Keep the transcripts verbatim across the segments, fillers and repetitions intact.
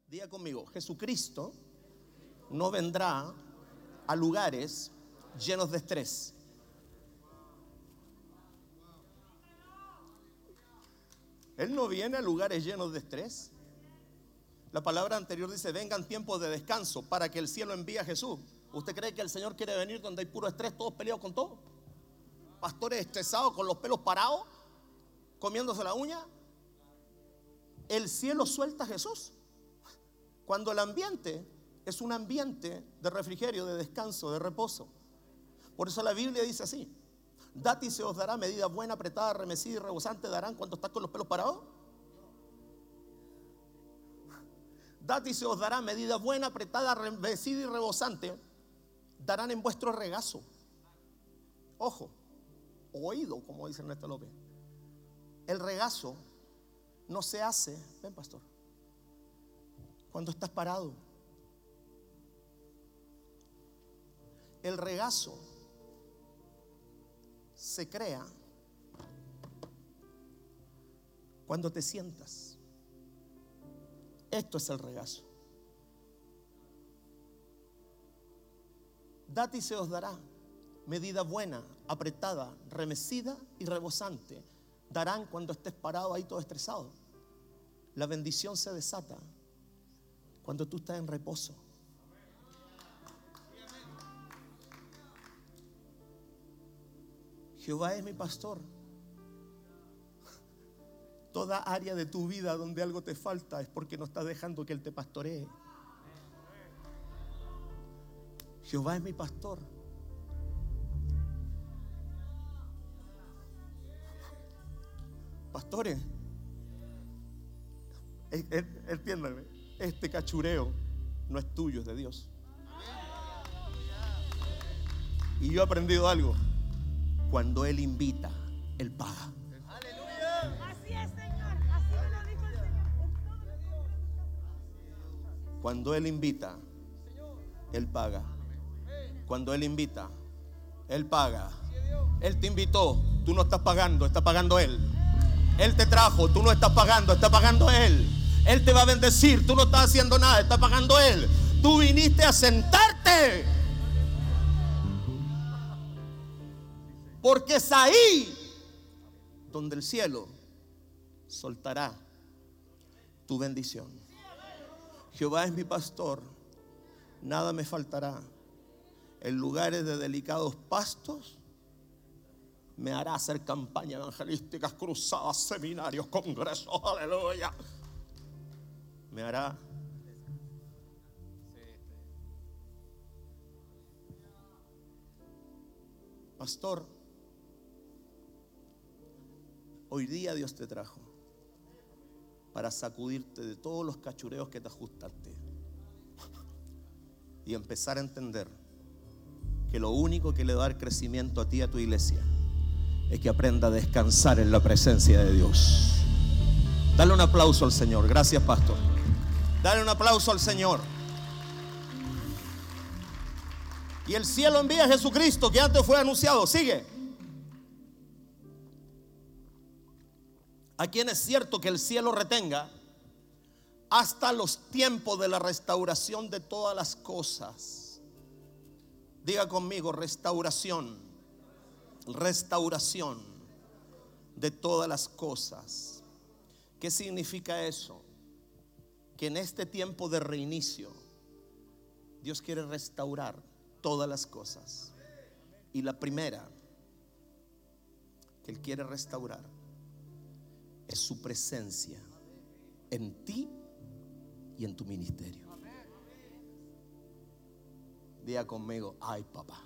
Diga conmigo, Jesucristo no vendrá a lugares llenos de estrés. Él no viene a lugares llenos de estrés. La palabra anterior dice: vengan tiempos de descanso para que el cielo envíe a Jesús. ¿Usted cree que el Señor quiere venir donde hay puro estrés, todos peleados con todo? Pastores estresados, con los pelos parados, comiéndose la uña. El cielo suelta a Jesús cuando el ambiente es un ambiente de refrigerio, de descanso, de reposo. Por eso la Biblia dice así: dad y se os dará, medida buena, apretada, remecida y rebosante darán. Cuando estás con los pelos parados, dad y se os dará, medida buena, apretada, remecida y rebosante darán en vuestro regazo. Ojo, oído, como dice Ernesto López. El regazo no se hace, ven pastor, cuando estás parado. El regazo se crea cuando te sientas. Esto es el regazo. Dad y se os dará, medida buena, apretada, remecida y rebosante darán cuando estés parado ahí todo estresado. La bendición se desata cuando tú estás en reposo. Jehová es mi pastor. Toda área de tu vida donde algo te falta es porque no estás dejando que Él te pastoree. Jehová es mi pastor. Pastores, entiéndame, este cachureo no es tuyo, es de Dios. Y yo he aprendido algo: cuando Él invita, Él paga. Así es, Señor. Así me lo dijo el Señor. Cuando Él invita, Él paga. Cuando Él invita, Él paga. Él te invitó, tú no estás pagando, está pagando Él. Él te trajo, tú no estás pagando, está pagando Él. Él te va a bendecir, tú no estás haciendo nada, está pagando Él. Tú viniste a sentarte, porque es ahí donde el cielo soltará tu bendición. Jehová es mi pastor, nada me faltará. En lugares de delicados pastos me hará hacer campañas evangelísticas, cruzadas, seminarios, congresos, aleluya. Me hará pastor. Hoy día Dios te trajo para sacudirte de todos los cachureos que te ajustaste y empezar a entender que lo único que le va a dar crecimiento a ti y a tu iglesia es que aprenda a descansar en la presencia de Dios. Dale un aplauso al Señor. Gracias, pastor. Dale un aplauso al Señor. Y el cielo envía a Jesucristo, que antes fue anunciado. Sigue. A quien es cierto que el cielo retenga hasta los tiempos de la restauración de todas las cosas. Diga conmigo: restauración. Restauración de todas las cosas. ¿Qué significa eso? Que en este tiempo de reinicio Dios quiere restaurar todas las cosas. Y la primera que Él quiere restaurar es su presencia en ti y en tu ministerio. Diga conmigo: ay, papá.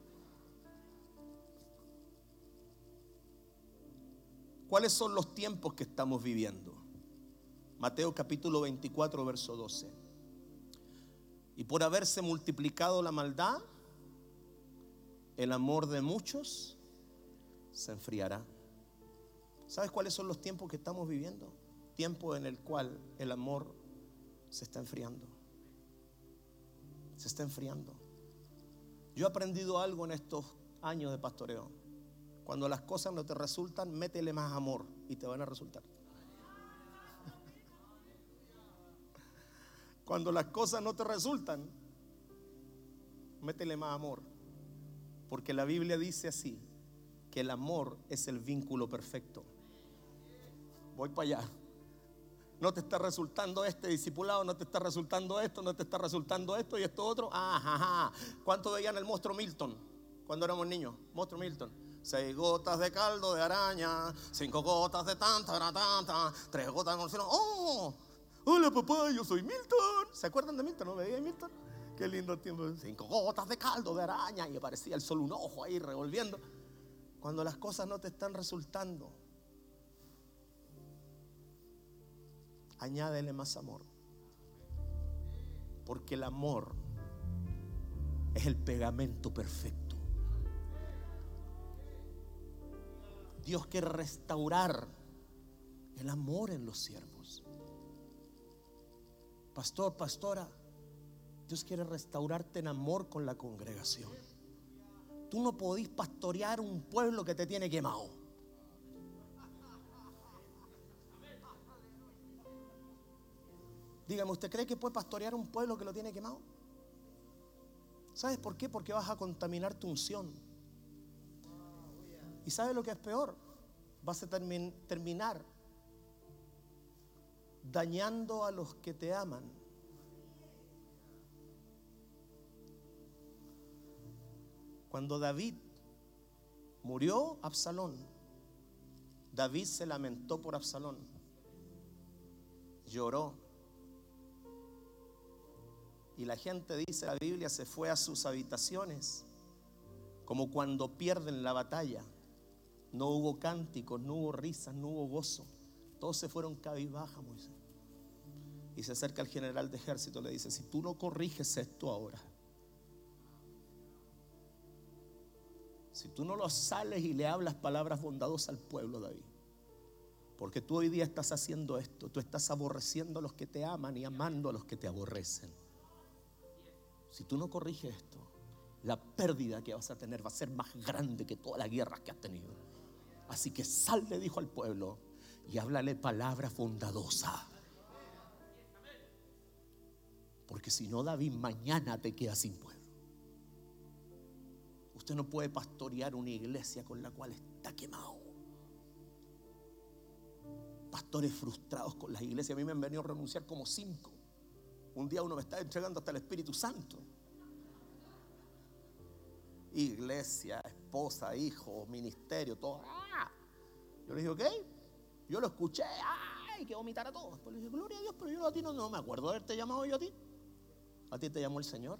¿Cuáles son los tiempos que estamos viviendo? Mateo capítulo veinticuatro, verso doce. Y por haberse multiplicado la maldad, el amor de muchos se enfriará. ¿Sabes cuáles son los tiempos que estamos viviendo? Tiempo en el cual el amor se está enfriando. Se está enfriando. Yo he aprendido algo en estos años de pastoreo. Cuando las cosas no te resultan, métele más amor y te van a resultar. Cuando las cosas no te resultan, métele más amor. Porque la Biblia dice así, que el amor es el vínculo perfecto. Voy para allá. No te está resultando este discipulado, no te está resultando esto, no te está resultando esto y esto otro. Ajá, ajá. ¿Cuánto veían el monstruo Milton cuando éramos niños? Monstruo Milton. Seis gotas de caldo de araña, cinco gotas de tanta, tanta, tres gotas de morcino. ¡Oh! Hola papá, yo soy Milton. ¿Se acuerdan de Milton? ¿No veían Milton? Qué lindo tiempo. Cinco gotas de caldo de araña y aparecía el sol un ojo ahí revolviendo. Cuando las cosas no te están resultando, añádele más amor. Porque el amor es el pegamento perfecto. Dios quiere restaurar el amor en los siervos. Pastor, pastora, Dios quiere restaurarte en amor con la congregación. Tú no podís pastorear un pueblo que te tiene quemado. Dígame, ¿usted cree que puede pastorear un pueblo que lo tiene quemado? ¿Sabes por qué? Porque vas a contaminar tu unción. ¿Y sabes lo que es peor? Vas a termi- terminar dañando a los que te aman. Cuando David murió, Absalón, David se lamentó por Absalón, lloró. Y la gente, dice la Biblia, se fue a sus habitaciones, como cuando pierden la batalla. No hubo cánticos, no hubo risas, no hubo gozo. Todos se fueron cabizbaja, Moisés. Y se acerca el general de ejército y le dice: si tú no corriges esto ahora, si tú no lo sales y le hablas palabras bondadosas al pueblo, David, porque tú hoy día estás haciendo esto, tú estás aborreciendo a los que te aman y amando a los que te aborrecen. Si tú no corriges esto, la pérdida que vas a tener va a ser más grande que todas las guerras que has tenido. Así que sal, le dijo al pueblo, y háblale palabras bondadosas. Porque si no, David, mañana te quedas sin pueblo. Usted no puede pastorear una iglesia con la cual está quemado. Pastores frustrados con las iglesias. A mí me han venido a renunciar como cinco. Un día uno me está entregando hasta el Espíritu Santo. Iglesia, esposa, hijo, ministerio, todo. ¡Ah! Yo le dije, ok. Yo lo escuché. ¡Ay! Que vomitar a todos. Después le dije, gloria a Dios, pero yo a ti no, no me acuerdo de haberte llamado yo a ti. A ti te llamó el Señor.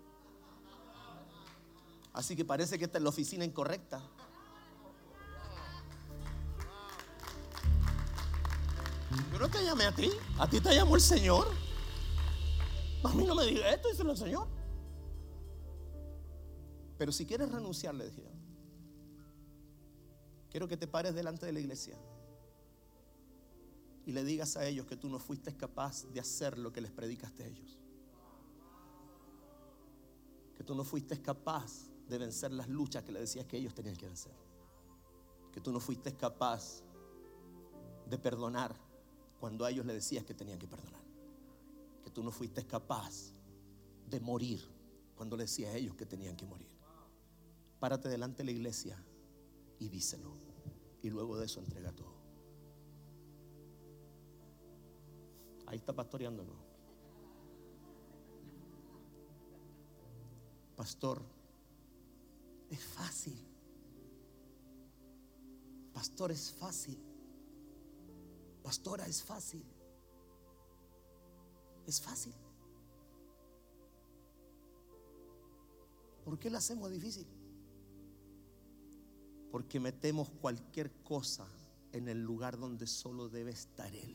Así que parece que esta es la oficina incorrecta. Yo no te llamé a ti. A ti te llamó el Señor. A mí no me diga esto, dice el Señor. Pero si quieres renunciar, le dije, quiero que te pares delante de la iglesia y le digas a ellos que tú no fuiste capaz de hacer lo que les predicaste a ellos, que tú no fuiste capaz de vencer las luchas que le decías que ellos tenían que vencer, que tú no fuiste capaz de perdonar cuando a ellos le decías que tenían que perdonar, que tú no fuiste capaz de morir cuando le decías a ellos que tenían que morir. Párate delante de la iglesia y díselo, y luego de eso entrega todo. Ahí está pastoreándonos. Pastor, es fácil. Pastor, es fácil. Pastora, es fácil. Es fácil. ¿Por qué lo hacemos difícil? Porque metemos cualquier cosa en el lugar donde solo debe estar Él.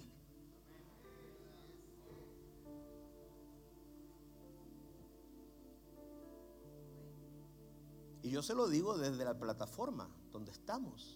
Y yo se lo digo desde la plataforma donde estamos.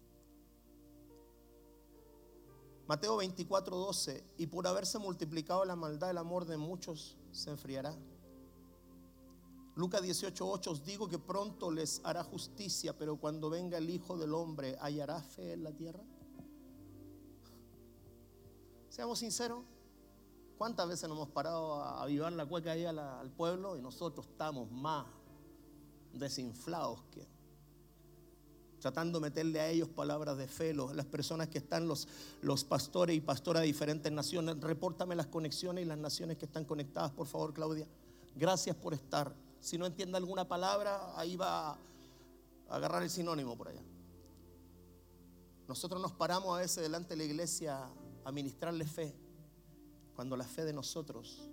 Mateo veinticuatro, doce. Y por haberse multiplicado la maldad, el amor de muchos se enfriará. Lucas dieciocho, ocho. Os digo que pronto les hará justicia, pero cuando venga el Hijo del Hombre, ¿hallará fe en la tierra? Seamos sinceros. ¿Cuántas veces nos hemos parado a avivar la cueca ahí a la, al pueblo y nosotros estamos más desinflados que tratando de meterle a ellos palabras de fe? Los, las personas que están, los, los pastores y pastoras de diferentes naciones, repórtame las conexiones y las naciones que están conectadas, por favor, Claudia. Gracias por estar. Si no entiende alguna palabra, ahí va a agarrar el sinónimo por allá. Nosotros nos paramos a veces delante de la iglesia a ministrarle fe, cuando la fe de nosotros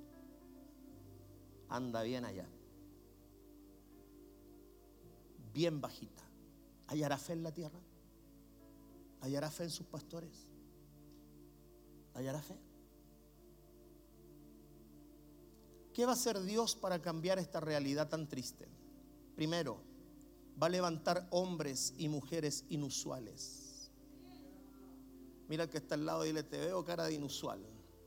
anda bien allá, bien bajita. ¿Hallará fe en la tierra? ¿Hallará fe en sus pastores? ¿Hallará fe? ¿Qué va a hacer Dios para cambiar esta realidad tan triste? Primero, va a levantar hombres y mujeres inusuales. Mira el que está al lado y dile: te veo cara de inusual.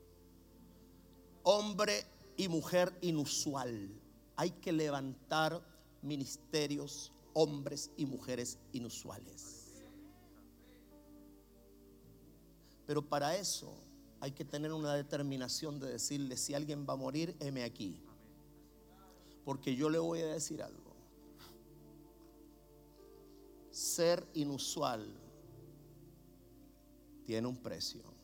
Hombre y mujer inusual. Hay que levantar ministerios, hombres y mujeres inusuales. Pero para eso hay que tener una determinación de decirle: si alguien va a morir, heme aquí. Porque yo le voy a decir algo. Ser inusual tiene un precio.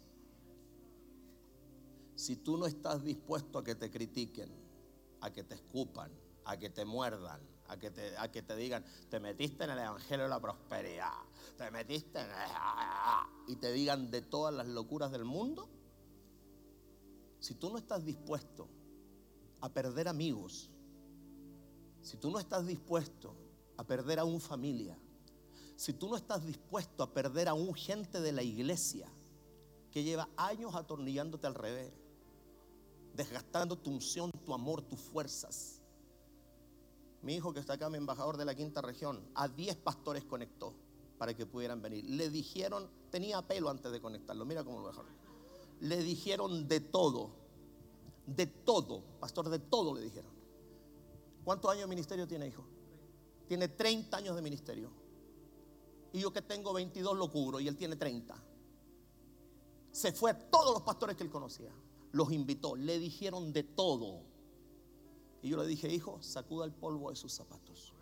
Si tú no estás dispuesto a que te critiquen, a que te escupan, a que te muerdan, a que te, a que te digan: te metiste en el evangelio de la prosperidad, te metiste en el... y te digan de todas las locuras del mundo. Si tú no estás dispuesto a perder amigos, si tú no estás dispuesto a perder a un familia, si tú no estás dispuesto a perder a un gente de la iglesia que lleva años atornillándote al revés, desgastando tu unción, tu amor, tus fuerzas. Mi hijo, que está acá, mi embajador de la quinta región, a diez pastores conectó para que pudieran venir. Le dijeron, tenía pelo antes de conectarlo, mira cómo lo dejaron. Le dijeron de todo, de todo, pastor, de todo le dijeron. ¿Cuántos años de ministerio tiene, hijo? Tiene treinta años de ministerio. Y yo, que tengo veintidós, lo cubro, y él tiene treinta. Se fue a todos los pastores que él conocía, los invitó, le dijeron de todo. Y yo le dije: hijo, sacuda el polvo de sus zapatos,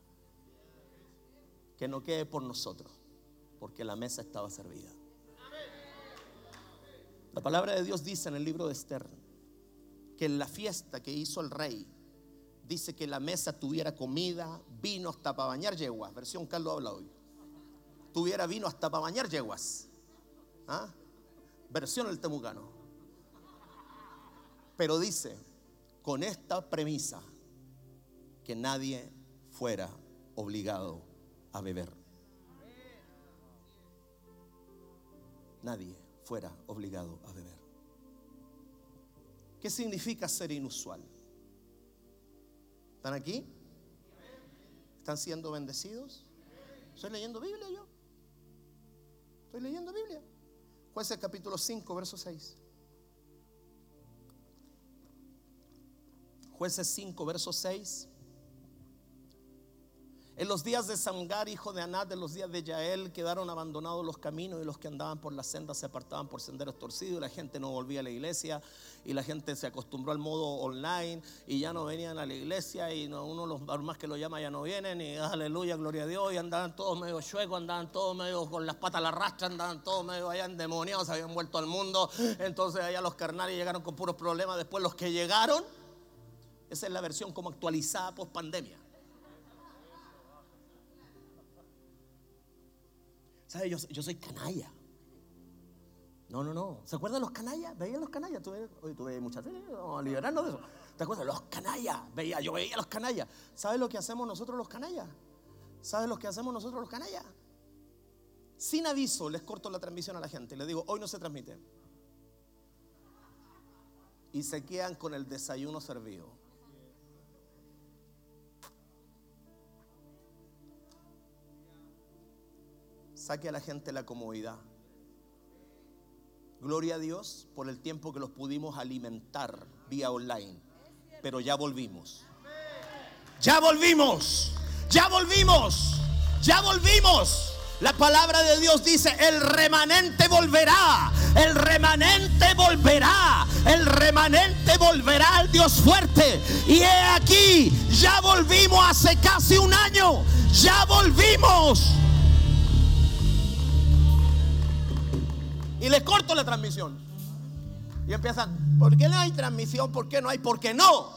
que no quede por nosotros, porque la mesa estaba servida. La palabra de Dios dice en el libro de Esther que en la fiesta que hizo el rey, dice que la mesa tuviera comida, vino hasta para bañar yeguas. Versión Carlos habla hoy. Tuviera vino hasta para bañar yeguas. ¿Ah? Versión el temucano. Pero dice, con esta premisa: que nadie fuera obligado a beber. Nadie fuera obligado a beber. ¿Qué significa ser inusual? ¿Están aquí? ¿Están siendo bendecidos? Estoy leyendo Biblia yo. Estoy leyendo Biblia. Jueces capítulo cinco, verso seis. Jueces cinco, verso seis. En los días de Samgar, hijo de Anat, en los días de Yael, quedaron abandonados los caminos, y los que andaban por las sendas se apartaban por senderos torcidos, y la gente no volvía a la iglesia, y la gente se acostumbró al modo online y ya no venían a la iglesia, y no, uno los más que lo llama ya no vienen, y aleluya, gloria a Dios, y andaban todos medio chuecos, andaban todos medio con las patas a la rastra, andaban todos medio allá endemoniados, se habían vuelto al mundo. Entonces allá los carnales llegaron con puros problemas. Después los que llegaron, esa es la versión como actualizada post pandemia. ¿Sabes? Yo, yo soy canalla. No, no, no. ¿Se acuerdan los canallas? ¿Veían los canallas? ¿Tú ves, oye, tú ves muchas series? Vamos a liberarnos de eso. ¿Te acuerdas? Los canallas. Veía, yo veía los canallas. ¿Sabes lo que hacemos nosotros los canallas? ¿Sabes lo que hacemos nosotros los canallas? Sin aviso les corto la transmisión a la gente. Les digo, hoy no se transmite. Y se quedan con el desayuno servido. Saque a la gente la comodidad. Gloria a Dios por el tiempo que los pudimos alimentar vía online. Pero ya volvimos. Ya volvimos. Ya volvimos. Ya volvimos. La palabra de Dios dice: el remanente volverá, el remanente volverá, el remanente volverá al Dios fuerte. Y he aquí, ya volvimos hace casi un año, ya volvimos. Y les corto la transmisión. Y empiezan: ¿por qué no hay transmisión? ¿Por qué no hay? ¿Por qué no?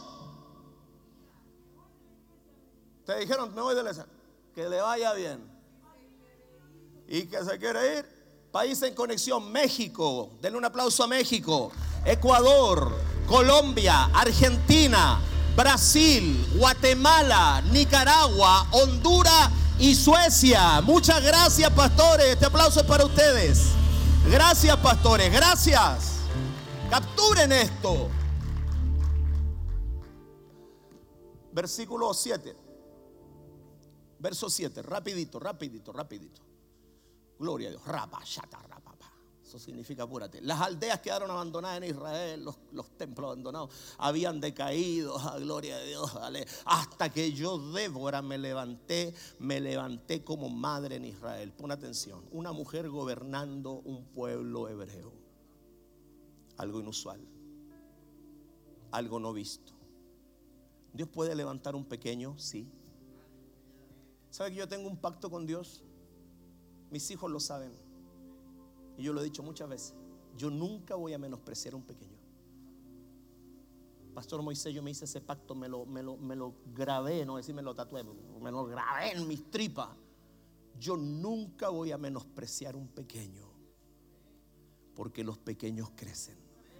Te dijeron: me voy de la escena. Que le vaya bien. Y que se quiere ir. País en conexión: México. Denle un aplauso a México. Ecuador, Colombia, Argentina, Brasil, Guatemala, Nicaragua, Honduras y Suecia. Muchas gracias, pastores. Este aplauso es para ustedes. Gracias, pastores. Gracias. Capturen esto. Versículo siete. Verso siete. Rapidito, rapidito, rapidito. Gloria a Dios. Rapa, shata, rapa. Eso significa apúrate. Las aldeas quedaron abandonadas en Israel. Los, los templos abandonados habían decaído. Ah, gloria a Dios. Dale. Hasta que yo, Débora, me levanté. Me levanté como madre en Israel. Pon atención. Una mujer gobernando un pueblo hebreo. Algo inusual. Algo no visto. Dios puede levantar un pequeño, sí. ¿Sabe que yo tengo un pacto con Dios? Mis hijos lo saben. Y yo lo he dicho muchas veces. Yo nunca voy a menospreciar a un pequeño. Pastor Moisés, yo me hice ese pacto, me lo, me lo, me lo grabé, no decir me lo tatué, me lo grabé en mis tripas. Yo nunca voy a menospreciar a un pequeño, porque los pequeños crecen.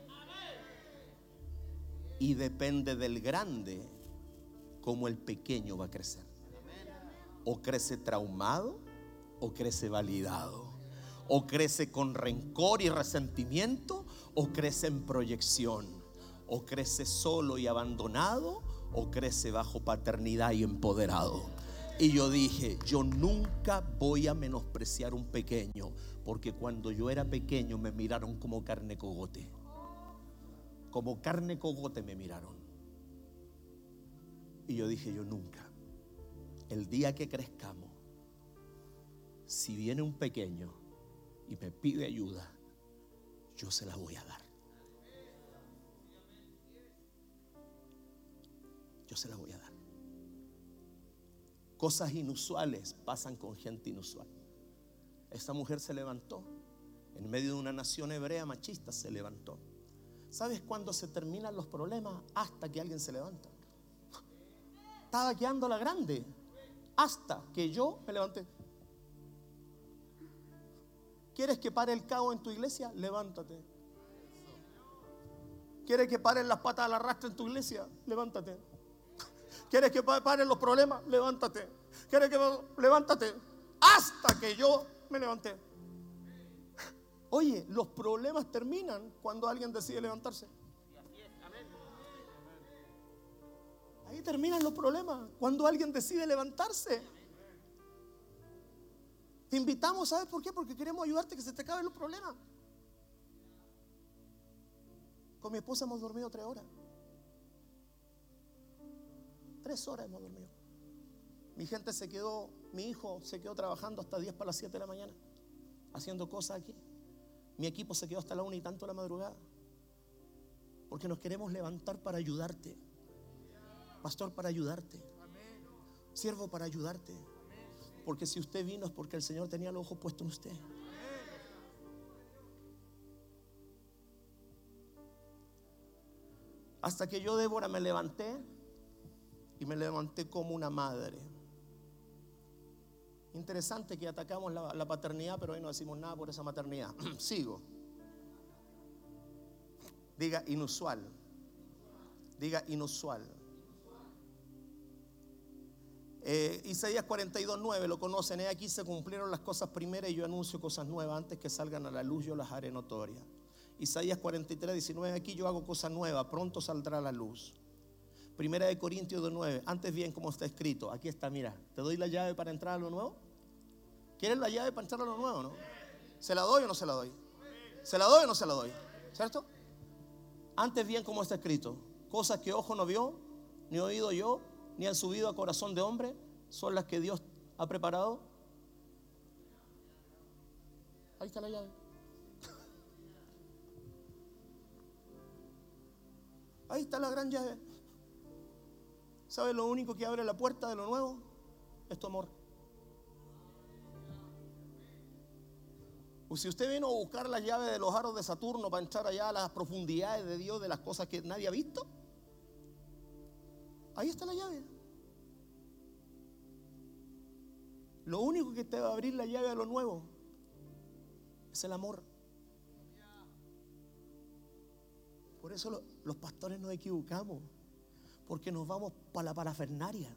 Y depende del grande cómo el pequeño va a crecer. O crece traumado, o crece validado, o crece con rencor y resentimiento, o crece en proyección, o crece solo y abandonado, o crece bajo paternidad y empoderado. Y yo dije: yo nunca voy a menospreciar un pequeño, porque cuando yo era pequeño me miraron como carne cogote. Como carne cogote me miraron. Y yo dije: yo nunca. El día que crezcamos, si viene un pequeño y me pide ayuda, yo se la voy a dar. Yo se la voy a dar. Cosas inusuales pasan con gente inusual. Esta mujer se levantó en medio de una nación hebrea machista. Se levantó. ¿Sabes cuándo se terminan los problemas? Hasta que alguien se levanta. Estaba quedando la grande hasta que yo me levanté. ¿Quieres que pare el caos en tu iglesia? Levántate. ¿Quieres que paren las patas al arrastre en tu iglesia? Levántate. ¿Quieres que paren los problemas? Levántate. ¿Quieres que levántate? Hasta que yo me levanté. Oye, los problemas terminan cuando alguien decide levantarse. Ahí terminan los problemas, cuando alguien decide levantarse. Te invitamos, ¿sabes por qué? Porque queremos ayudarte a que se te acaben los problemas. Con mi esposa hemos dormido tres horas. Tres horas hemos dormido. Mi gente se quedó, mi hijo se quedó trabajando hasta diez para las siete de la mañana, haciendo cosas aquí. Mi equipo se quedó hasta la una y tanto de la madrugada. Porque nos queremos levantar para ayudarte. Pastor, para ayudarte. Siervo, para ayudarte. Porque si usted vino es porque el Señor tenía los ojos puestos en usted. Hasta que yo, Débora, me levanté. Y me levanté como una madre. Interesante que atacamos la, la paternidad, pero hoy no decimos nada por esa maternidad. Sigo. Diga inusual. Diga inusual. Eh, Isaías cuarenta y dos, nueve, lo conocen. He aquí se cumplieron las cosas primeras y yo anuncio cosas nuevas. Antes que salgan a la luz yo las haré notorias. Isaías cuarenta y tres, diecinueve, aquí yo hago cosas nuevas, pronto saldrá a la luz. Primera de Corintios dos, nueve, antes bien como está escrito. Aquí está, mira, te doy la llave para entrar a lo nuevo. ¿Quieres la llave para entrar a lo nuevo, no? ¿Se la doy o no se la doy? ¿Se la doy o no se la doy? ¿Cierto? Antes bien como está escrito, cosas que ojo no vio, ni oído yo, ni han subido a corazón de hombre, son las que Dios ha preparado Ahí está la llave. Ahí está la gran llave. ¿Sabe lo único que abre la puerta de lo nuevo? Es tu amor. Pues si usted vino a buscar la llave de los aros de Saturno para entrar allá a las profundidades de Dios, de las cosas que nadie ha visto, ahí está la llave. Lo único que te va a abrir la llave a lo nuevo es el amor. Por eso lo, los pastores nos equivocamos, porque nos vamos para la parafernaria.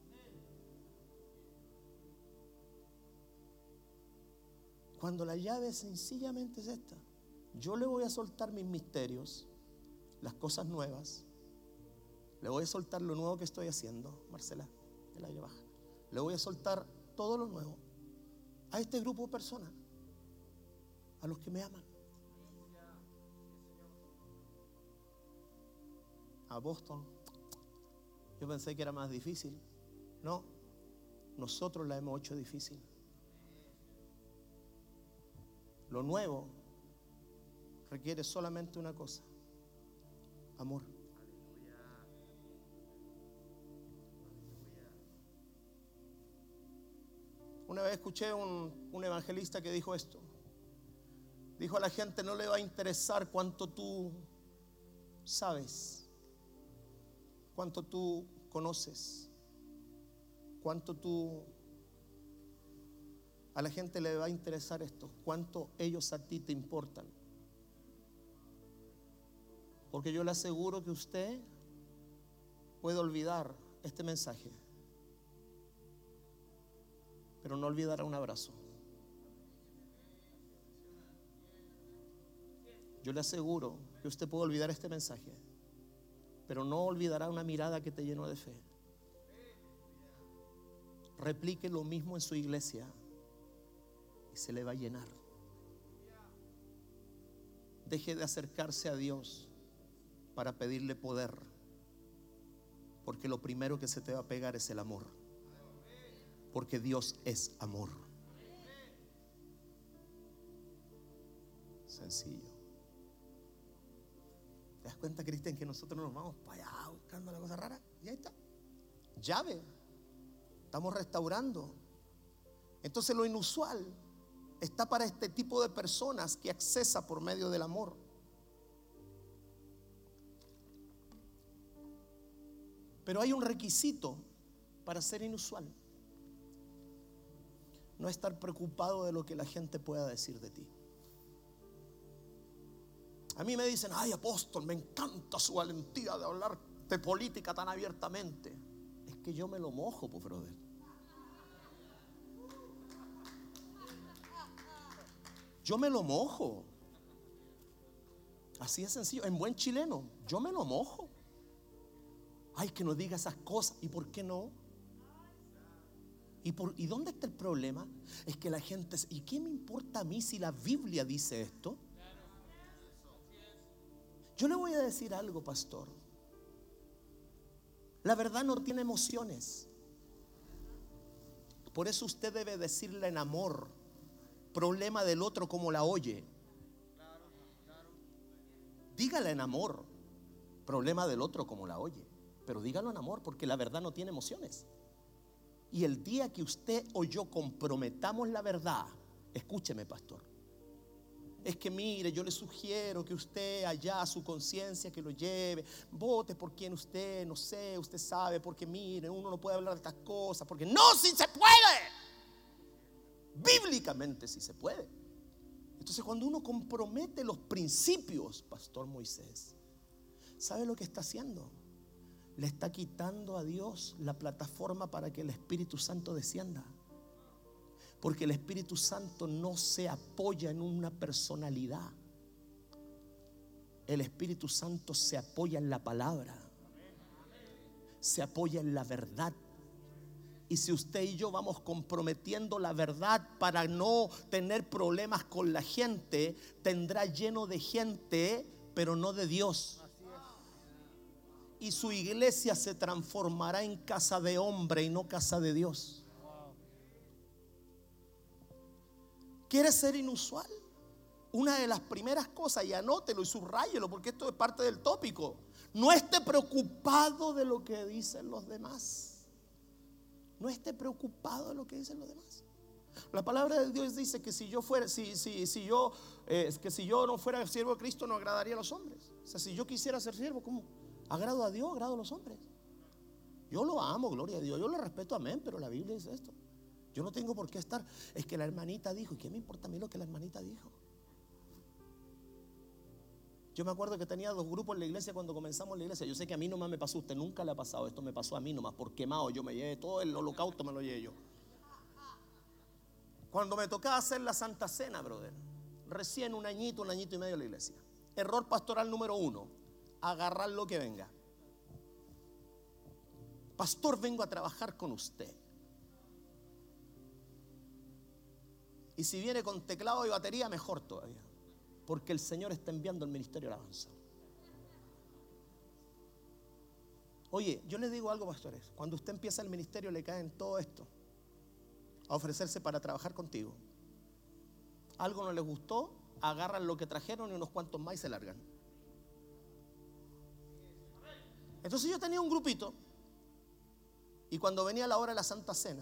Cuando la llave sencillamente es esta: yo le voy a soltar mis misterios, las cosas nuevas, le voy a soltar lo nuevo que estoy haciendo. Marcela, el aire baja. Le voy a soltar todo lo nuevo a este grupo de personas, a los que me aman. A Boston, yo pensé que era más difícil. No, nosotros la hemos hecho difícil. Lo nuevo requiere solamente una cosa: amor. Una vez escuché un, un evangelista que dijo esto. Dijo: a la gente no le va a interesar cuánto tú sabes, cuánto tú conoces, cuánto tú... A la gente le va a interesar esto: cuánto ellos a ti te importan. Porque yo le aseguro que usted puede olvidar este mensaje, pero no olvidará un abrazo. Yo le aseguro que usted puede olvidar este mensaje, pero no olvidará una mirada que te llenó de fe. Replique lo mismo en su iglesia y se le va a llenar. Deje de acercarse a Dios para pedirle poder, porque lo primero que se te va a pegar es el amor, porque Dios es amor. Sencillo. ¿Te das cuenta, Cristian, que nosotros nos vamos para allá buscando la cosa rara? Y ahí está, llave. Estamos restaurando. Entonces lo inusual está para este tipo de personas que accesa por medio del amor. Pero hay un requisito para ser inusual: no estar preocupado de lo que la gente pueda decir de ti. A mí me dicen: ay, apóstol, me encanta su valentía de hablar de política tan abiertamente. Es que yo me lo mojo, pues, brother. Yo me lo mojo. Así es sencillo. En buen chileno, yo me lo mojo. Ay, que no diga esas cosas. ¿Y por qué no? ¿Y, por, ¿Y dónde está el problema? Es que la gente... ¿Y qué me importa a mí si la Biblia dice esto? Yo le voy a decir algo, pastor. La verdad no tiene emociones. Por eso usted debe decirle en amor: problema del otro como la oye. Dígale en amor: problema del otro como la oye. Pero dígalo en amor, porque la verdad no tiene emociones. Y el día que usted o yo comprometamos la verdad, escúcheme, pastor, es que mire, yo le sugiero que usted allá a su conciencia que lo lleve, vote por quien usted, no sé, usted sabe, porque mire, uno no puede hablar de estas cosas, porque no, sí se puede. Bíblicamente sí se puede. Entonces, cuando uno compromete los principios, pastor Moisés, ¿sabe lo que está haciendo? Le está quitando a Dios la plataforma para que el Espíritu Santo descienda. Porque el Espíritu Santo no se apoya en una personalidad. El Espíritu Santo se apoya en la palabra, se apoya en la verdad. Y si usted y yo vamos comprometiendo la verdad para no tener problemas con la gente, tendrá lleno de gente, pero no de Dios. Y su iglesia se transformará en casa de hombre y no casa de Dios. ¿Quieres ser inusual? Una de las primeras cosas, y anótelo y subráyelo porque esto es parte del tópico: no esté preocupado de lo que dicen los demás. No esté preocupado de lo que dicen los demás. La palabra de Dios dice que si yo fuera, si, si, si yo, eh, que si yo no fuera siervo de Cristo, no agradaría a los hombres. O sea, si yo quisiera ser siervo, ¿cómo? Agrado a Dios, agrado a los hombres. Yo lo amo, gloria a Dios, yo lo respeto, amén, pero la Biblia dice esto. Yo no tengo por qué estar, es que la hermanita dijo, ¿y qué me importa a mí lo que la hermanita dijo? Yo me acuerdo que tenía dos grupos en la iglesia cuando comenzamos la iglesia. Yo sé que a mí nomás me pasó, a usted nunca le ha pasado, esto me pasó a mí nomás, por quemado, yo me llevé todo el holocausto, me lo llevé yo. Cuando me tocaba hacer la Santa Cena, brother, recién un añito, un añito y medio en la iglesia. Error pastoral número uno: agarrar lo que venga. Pastor, vengo a trabajar con usted. Y si viene con teclado y batería, mejor todavía, porque el Señor está enviando el ministerio de alabanza. Oye, yo les digo algo, pastores: cuando usted empieza el ministerio, le caen todo esto a ofrecerse para trabajar contigo. Algo no les gustó, agarran lo que trajeron y unos cuantos más y se largan. Entonces yo tenía un grupito, y cuando venía la hora de la Santa Cena,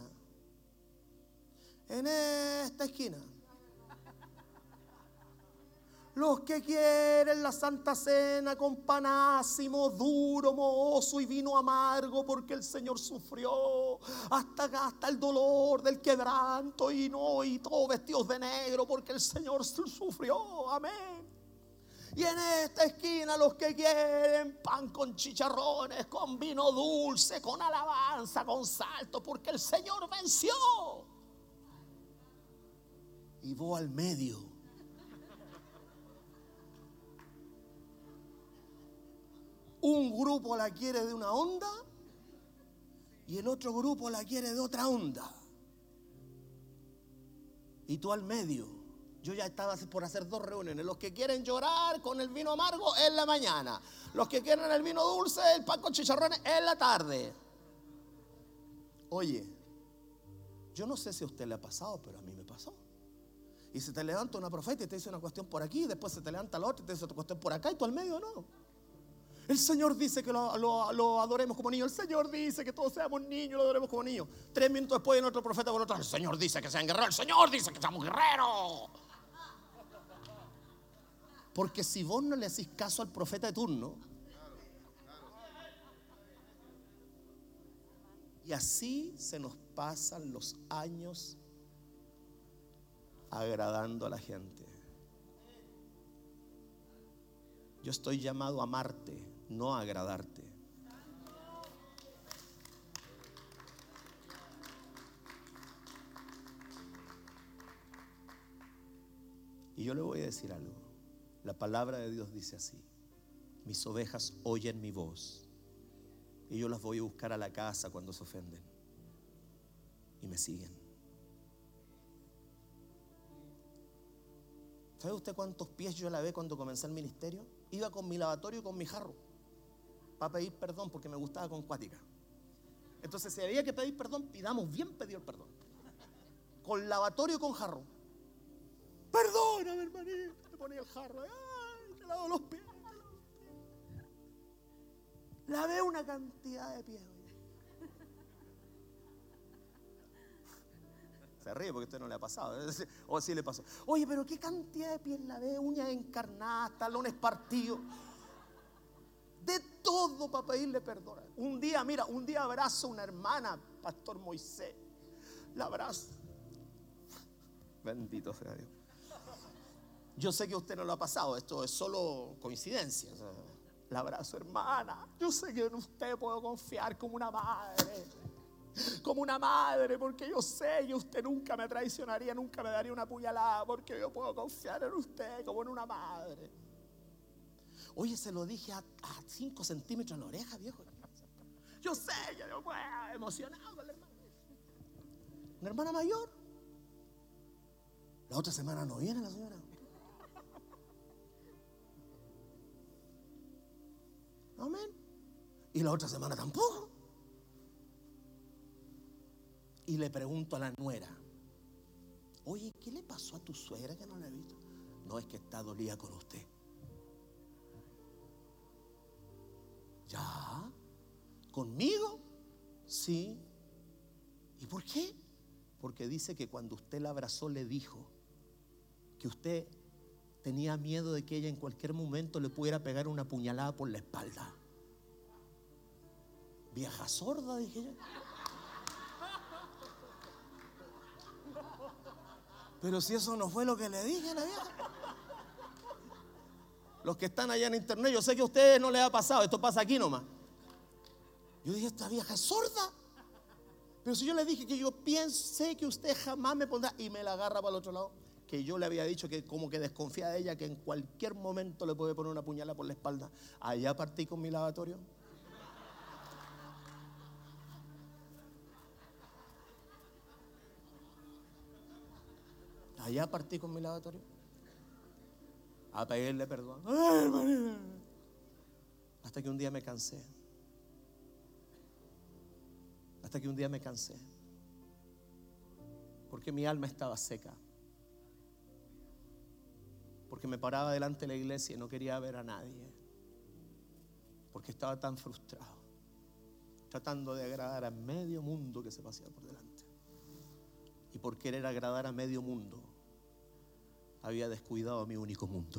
en esta esquina, los que quieren la Santa Cena con panásimo, duro, mohoso y vino amargo, porque el Señor sufrió hasta, hasta el dolor del quebranto, y no, y todos vestidos de negro, porque el Señor sufrió, amén. Y en esta esquina los que quieren pan con chicharrones, con vino dulce, con alabanza, con salto, porque el Señor venció. Y vos al medio, un grupo la quiere de una onda y el otro grupo la quiere de otra onda. Y tú al medio. Yo ya estaba por hacer dos reuniones. Los que quieren llorar con el vino amargo en la mañana. Los que quieren el vino dulce, el pan con chicharrones en la tarde. Oye, yo no sé si a usted le ha pasado, pero a mí me pasó. Y se te levanta una profeta y te dice una cuestión por aquí, y después se te levanta la otra y te dice otra cuestión por acá, y tú al medio no. El Señor dice que lo, lo, lo adoremos como niños. El Señor dice que todos seamos niños, lo adoremos como niños. Tres minutos después en otro profeta por otro: el Señor dice que sean guerreros. El Señor dice que seamos guerreros. Porque si vos no le hacís caso al profeta de turno, y así se nos pasan los años agradando a la gente. Yo estoy llamado a amarte, no a agradarte. Y yo le voy a decir algo. La palabra de Dios dice así: mis ovejas oyen mi voz, y yo las voy a buscar a la casa cuando se ofenden, y me siguen. ¿Sabe usted cuántos pies yo lavé cuando comencé el ministerio? Iba con mi lavatorio y con mi jarro para pedir perdón, porque me gustaba con cuática. Entonces, si había que pedir perdón, pidamos bien pedido el perdón. Con lavatorio y con jarro. Perdóname, hermanito. Te ponía el jarro. Ay, te lavo los pies. Lavé una cantidad de pies. Se ríe porque a usted no le ha pasado. O sí le pasó. Oye, pero qué cantidad de pies lavé, uñas encarnadas, talones partidos. De todo para pedirle perdón. Un día, mira, un día abrazo a una hermana, Pastor Moisés. La abrazo. Bendito sea Dios. Yo sé que a usted no lo ha pasado, esto es solo coincidencia. O sea, la abrazo, hermana. Yo sé que en usted puedo confiar como una madre. Como una madre, porque yo sé que usted nunca me traicionaría, nunca me daría una puñalada, porque yo puedo confiar en usted como en una madre. Oye, se lo dije a, a cinco centímetros en la oreja, viejo. Yo sé, yo, yo bueno, emocionado con la hermana. Una hermana mayor. La otra semana no viene la señora. Amén. Y la otra semana tampoco. Y le pregunto a la nuera: Oye, ¿qué le pasó a tu suegra que no la he visto? No, es que está dolida con usted. ¿Ya? ¿Conmigo? Sí. ¿Y por qué? Porque dice que cuando usted la abrazó le dijo que usted tenía miedo de que ella en cualquier momento le pudiera pegar una puñalada por la espalda. Vieja sorda, dije yo. Pero si eso no fue lo que le dije a la vieja. Los que están allá en internet, yo sé que a ustedes no les ha pasado, esto pasa aquí nomás. Yo dije, esta vieja es sorda. Pero si yo le dije que yo pensé que usted jamás me pondrá, y me la agarra para el otro lado, que yo le había dicho que como que desconfía de ella, que en cualquier momento le puede poner una puñalada por la espalda. Allá partí con mi lavatorio. Allá partí con mi lavatorio a pedirle perdón. Hasta que un día me cansé. Hasta que un día me cansé. Porque mi alma estaba seca. Porque me paraba delante de la iglesia y no quería ver a nadie. Porque estaba tan frustrado, tratando de agradar a medio mundo que se pasaba por delante. Y por querer agradar a medio mundo, había descuidado a mi único mundo.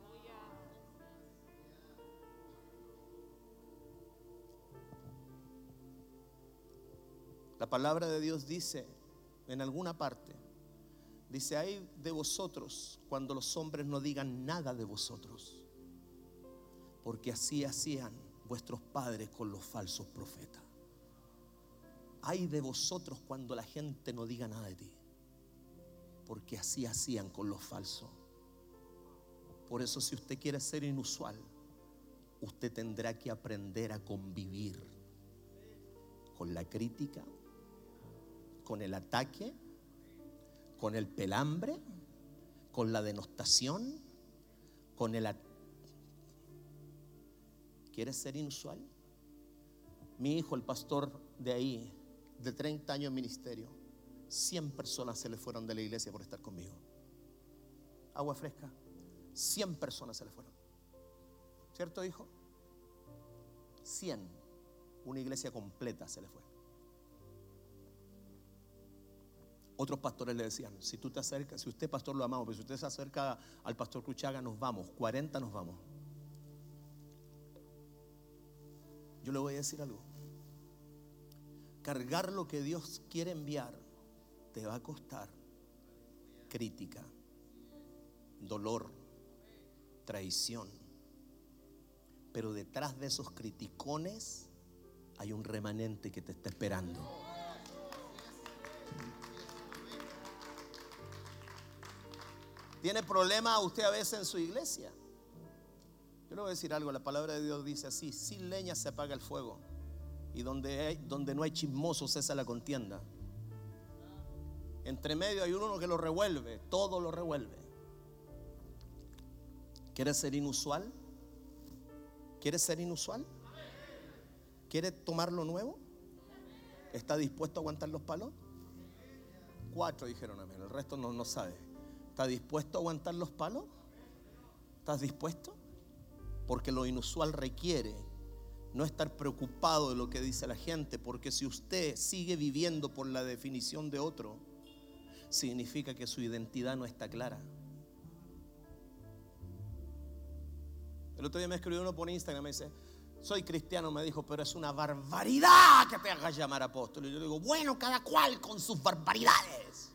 La palabra de Dios dice en alguna parte, dice: ay de vosotros cuando los hombres no digan nada de vosotros, porque así hacían vuestros padres con los falsos profetas. Ay de vosotros cuando la gente no diga nada de ti, porque así hacían con los falsos. Por eso, si usted quiere ser inusual, usted tendrá que aprender a convivir con la crítica, con el ataque, con el pelambre, con la denostación, con el... ¿Quieres ser inusual? Mi hijo, el pastor de ahí, de treinta años en ministerio, cien personas se le fueron de la iglesia por estar conmigo. Agua fresca. cien personas se le fueron. ¿Cierto, hijo? cien. Una iglesia completa se le fue. Otros pastores le decían: si tú te acercas, si usted, pastor, lo amamos, pero si usted se acerca al pastor Cruchaga, nos vamos. cuarenta nos vamos. Yo le voy a decir algo. Cargar lo que Dios quiere enviar te va a costar crítica, dolor, traición. Pero detrás de esos criticones hay un remanente que te está esperando. ¿Tiene problemas usted a veces en su iglesia? Yo le voy a decir algo. La palabra de Dios dice así: sin leña se apaga el fuego, y donde, hay, donde no hay chismosos cesa la contienda. Entre medio hay uno que lo revuelve, todo lo revuelve. ¿Quieres ser inusual? ¿Quieres ser inusual? ¿Quieres tomar lo nuevo? ¿Está dispuesto a aguantar los palos? Cuatro dijeron amén, el resto no, no sabe. ¿Está dispuesto a aguantar los palos? ¿Estás dispuesto? Porque lo inusual requiere no estar preocupado de lo que dice la gente, porque si usted sigue viviendo por la definición de otro, significa que su identidad no está clara. El otro día me escribió uno por Instagram, me dice: soy cristiano, me dijo, pero es una barbaridad que te hagas llamar apóstol. Y yo le digo: bueno, cada cual con sus barbaridades.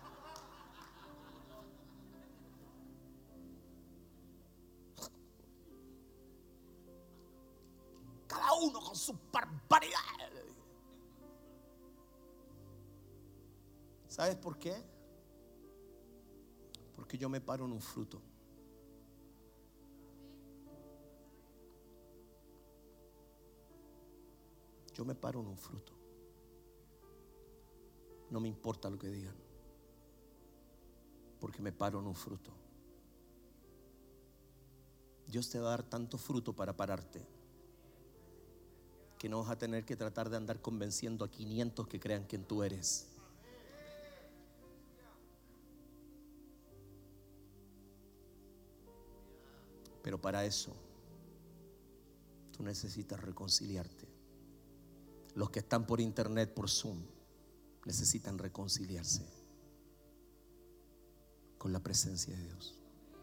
Cada uno con sus barbaridades. ¿Sabes por qué? Porque yo me paro en un fruto. Yo me paro en un fruto. No me importa lo que digan, porque me paro en un fruto. Dios te va a dar tanto fruto para pararte, que no vas a tener que tratar de andar convenciendo a quinientos que crean quién tú eres. Pero para eso tú necesitas reconciliarte. Los que están por internet, por Zoom, necesitan reconciliarse con la presencia de Dios.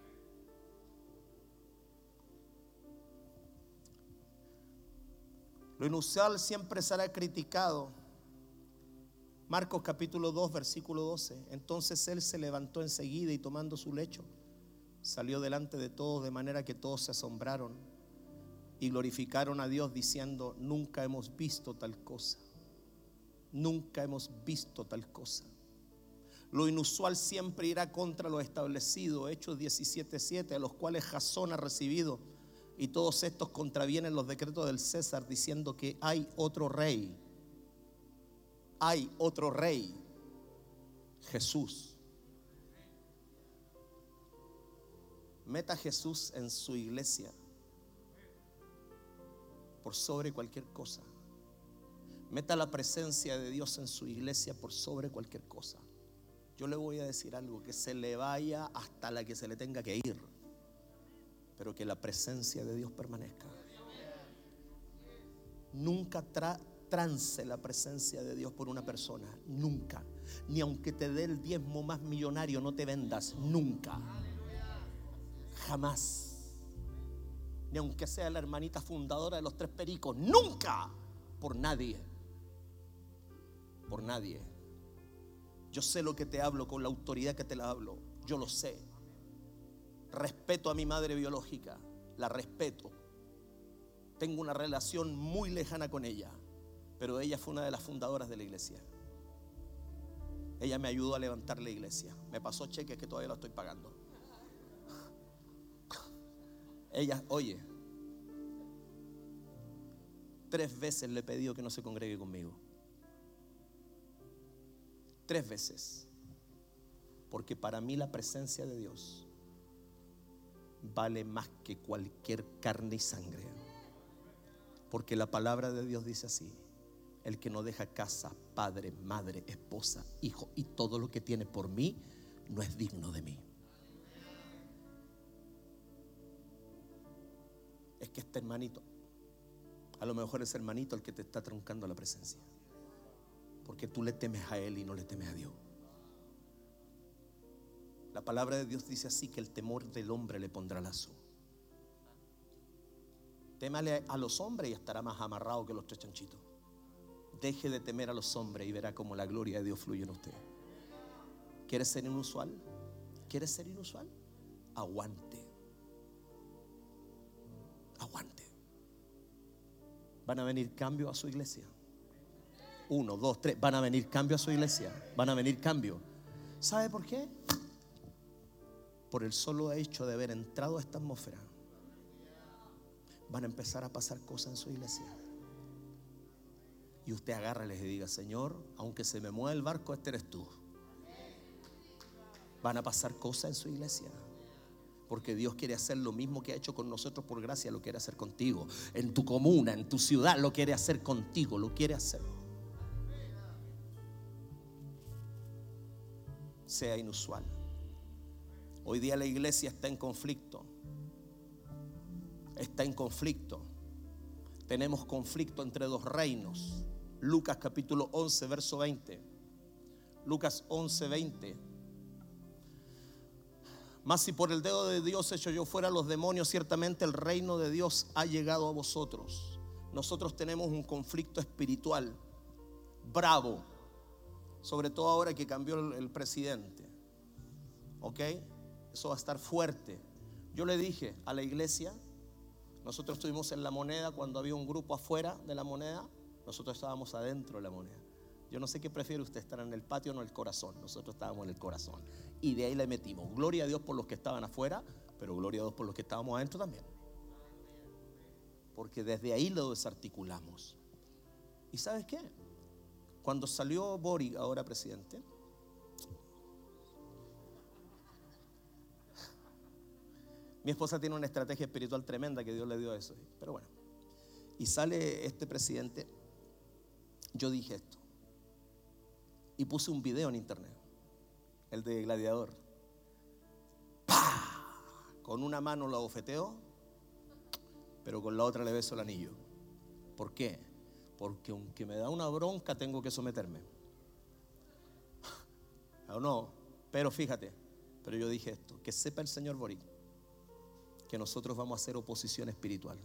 Lo inusual siempre será criticado. Marcos capítulo dos, versículo doce. Entonces él se levantó enseguida y tomando su lecho, salió delante de todos, de manera que todos se asombraron y glorificaron a Dios diciendo: nunca hemos visto tal cosa. Nunca hemos visto tal cosa. Lo inusual siempre irá contra lo establecido. Hechos diecisiete siete, a los cuales Jasón ha recibido, y todos estos contravienen los decretos del César, diciendo que hay otro rey. Hay otro rey, Jesús. Meta a Jesús en su iglesia por sobre cualquier cosa. Meta la presencia de Dios en su iglesia por sobre cualquier cosa. Yo le voy a decir algo: que se le vaya hasta la que se le tenga que ir, pero que la presencia de Dios permanezca. Nunca tra trance la presencia de Dios por una persona. Nunca. Ni aunque te dé el diezmo más millonario, no te vendas. Nunca. Jamás. Ni aunque sea la hermanita fundadora de los Tres Pericos. Nunca. Por nadie. Por nadie. Yo sé lo que te hablo con la autoridad que te la hablo. Yo lo sé. Respeto a mi madre biológica. La respeto. Tengo una relación muy lejana con ella. Pero ella fue una de las fundadoras de la iglesia. Ella me ayudó a levantar la iglesia. Me pasó cheques que todavía lo estoy pagando. Ella, oye, tres veces le he pedido que no se congregue conmigo. Tres veces. Porque para mí la presencia de Dios vale más que cualquier carne y sangre. Porque la palabra de Dios dice así: el que no deja casa, padre, madre, esposa, hijo y todo lo que tiene por mí, no es digno de mí. Es que este hermanito, a lo mejor es hermanito el que te está truncando la presencia, porque tú le temes a él y no le temes a Dios. La palabra de Dios dice así: que el temor del hombre le pondrá lazo. Témale a los hombres y estará más amarrado que los tres chanchitos. Deje de temer a los hombres y verá cómo la gloria de Dios fluye en usted. ¿Quieres ser inusual? ¿Quieres ser inusual? Aguante. Aguante. Van a venir cambios a su iglesia. Uno, dos, tres. Van a venir cambios a su iglesia. Van a venir cambios. ¿Sabe por qué? Por el solo hecho de haber entrado a esta atmósfera, van a empezar a pasar cosas en su iglesia. Y usted agárrales y diga: Señor, aunque se me mueva el barco, este eres tú. Van a pasar cosas en su iglesia, porque Dios quiere hacer lo mismo que ha hecho con nosotros por gracia. Lo quiere hacer contigo. En tu comuna, en tu ciudad, lo quiere hacer contigo. Lo quiere hacer. Sea inusual. Hoy día la iglesia está en conflicto. Está en conflicto. Tenemos conflicto entre dos reinos. Lucas capítulo once, verso veinte. Lucas once, veinte. Mas si por el dedo de Dios echo yo fuera a los demonios, ciertamente el reino de Dios ha llegado a vosotros. Nosotros tenemos un conflicto espiritual bravo, sobre todo ahora que cambió el, el presidente. ¿Ok? Eso va a estar fuerte. Yo le dije a la iglesia, nosotros estuvimos en La Moneda cuando había un grupo afuera de La Moneda. Nosotros estábamos adentro de La Moneda. Yo no sé qué prefiere usted, estar en el patio o en el corazón. Nosotros estábamos en el corazón. Y de ahí le metimos. Gloria a Dios por los que estaban afuera, pero gloria a Dios por los que estábamos adentro también. Porque desde ahí lo desarticulamos. ¿Y sabes qué? Cuando salió Boric, ahora presidente, mi esposa tiene una estrategia espiritual tremenda que Dios le dio a eso. Pero bueno, y sale este presidente. Yo dije esto y puse un video en internet, el de Gladiador. ¡Pah! Con una mano lo abofeteó pero con la otra le beso el anillo. ¿Por qué? Porque aunque me da una bronca, tengo que someterme. ¿O no? Pero fíjate, pero yo dije esto, que sepa el señor Boric que nosotros vamos a hacer oposición espiritual.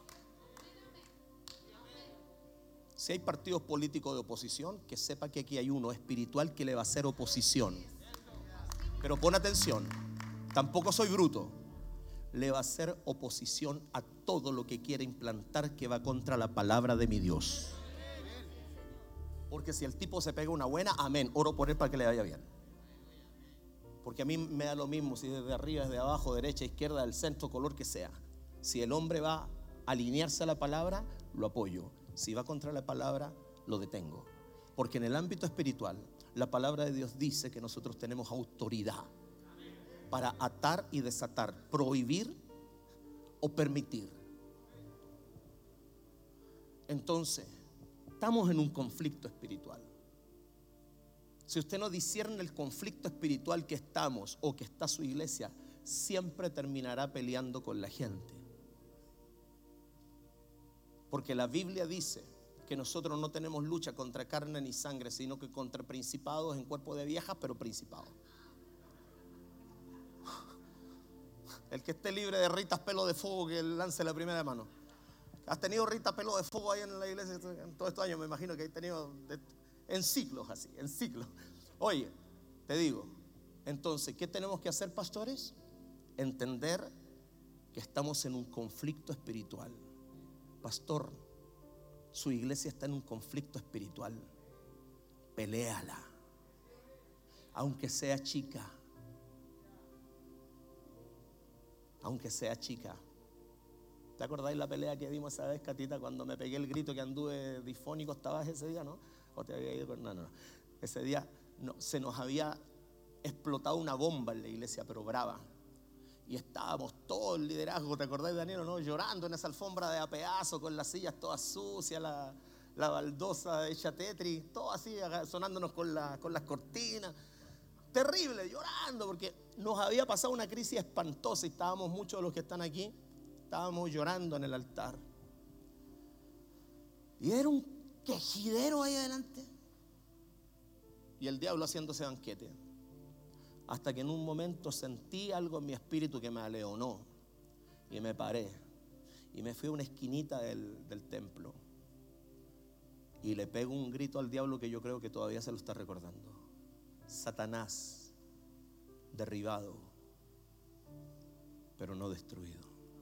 Si hay partidos políticos de oposición, que sepa que aquí hay uno espiritual que le va a hacer oposición. Pero pon atención, tampoco soy bruto. Le va a hacer oposición a todo lo que quiere implantar que va contra la palabra de mi Dios. Porque si el tipo se pega una buena, amén, oro por él para que le vaya bien. Porque a mí me da lo mismo si desde arriba, desde abajo, derecha, izquierda, del centro, color que sea. Si el hombre va a alinearse a la palabra, lo apoyo. Si va contra la palabra, lo detengo. Porque en el ámbito espiritual, la palabra de Dios dice que nosotros tenemos autoridad para atar y desatar, prohibir o permitir. Entonces, estamos en un conflicto espiritual. Si usted no discierne el conflicto espiritual que estamos o que está su iglesia, siempre terminará peleando con la gente. Porque la Biblia dice que nosotros no tenemos lucha contra carne ni sangre, sino que contra principados en cuerpo de viejas, pero principados. El que esté libre de Ritas pelo de fuego, que lance la primera mano. ¿Has tenido Rita pelo de fuego ahí en la iglesia en todos estos años? Me imagino que hay tenido de, en ciclos así, en ciclos. Oye, te digo, entonces, ¿qué tenemos que hacer, pastores? Entender que estamos en un conflicto espiritual. Pastor, su iglesia está en un conflicto espiritual. Peléala, aunque sea chica. Aunque sea chica. ¿Te acordáis la pelea que dimos esa vez, Catita, cuando me pegué el grito que anduve difónico? ¿Estabas ese día, no? ¿O te había ido con... No, no, no. Ese día no, se nos había explotado una bomba en la iglesia, pero brava. Y estábamos todo el liderazgo, ¿te acordáis, Daniel, no? Llorando en esa alfombra de a pedazo, con las sillas todas sucias, la, la baldosa hecha Tetris, todo así, sonándonos con, la, con las cortinas. Terrible, llorando, porque nos había pasado una crisis espantosa y estábamos muchos de los que están aquí, estábamos llorando en el altar. Y era un quejidero ahí adelante. Y el diablo haciéndose banquete. Hasta que en un momento sentí algo en mi espíritu que me aleonó. Y me paré. Y me fui a una esquinita del, del templo. Y le pego un grito al diablo que yo creo que todavía se lo está recordando. Satanás, derribado, pero no destruido.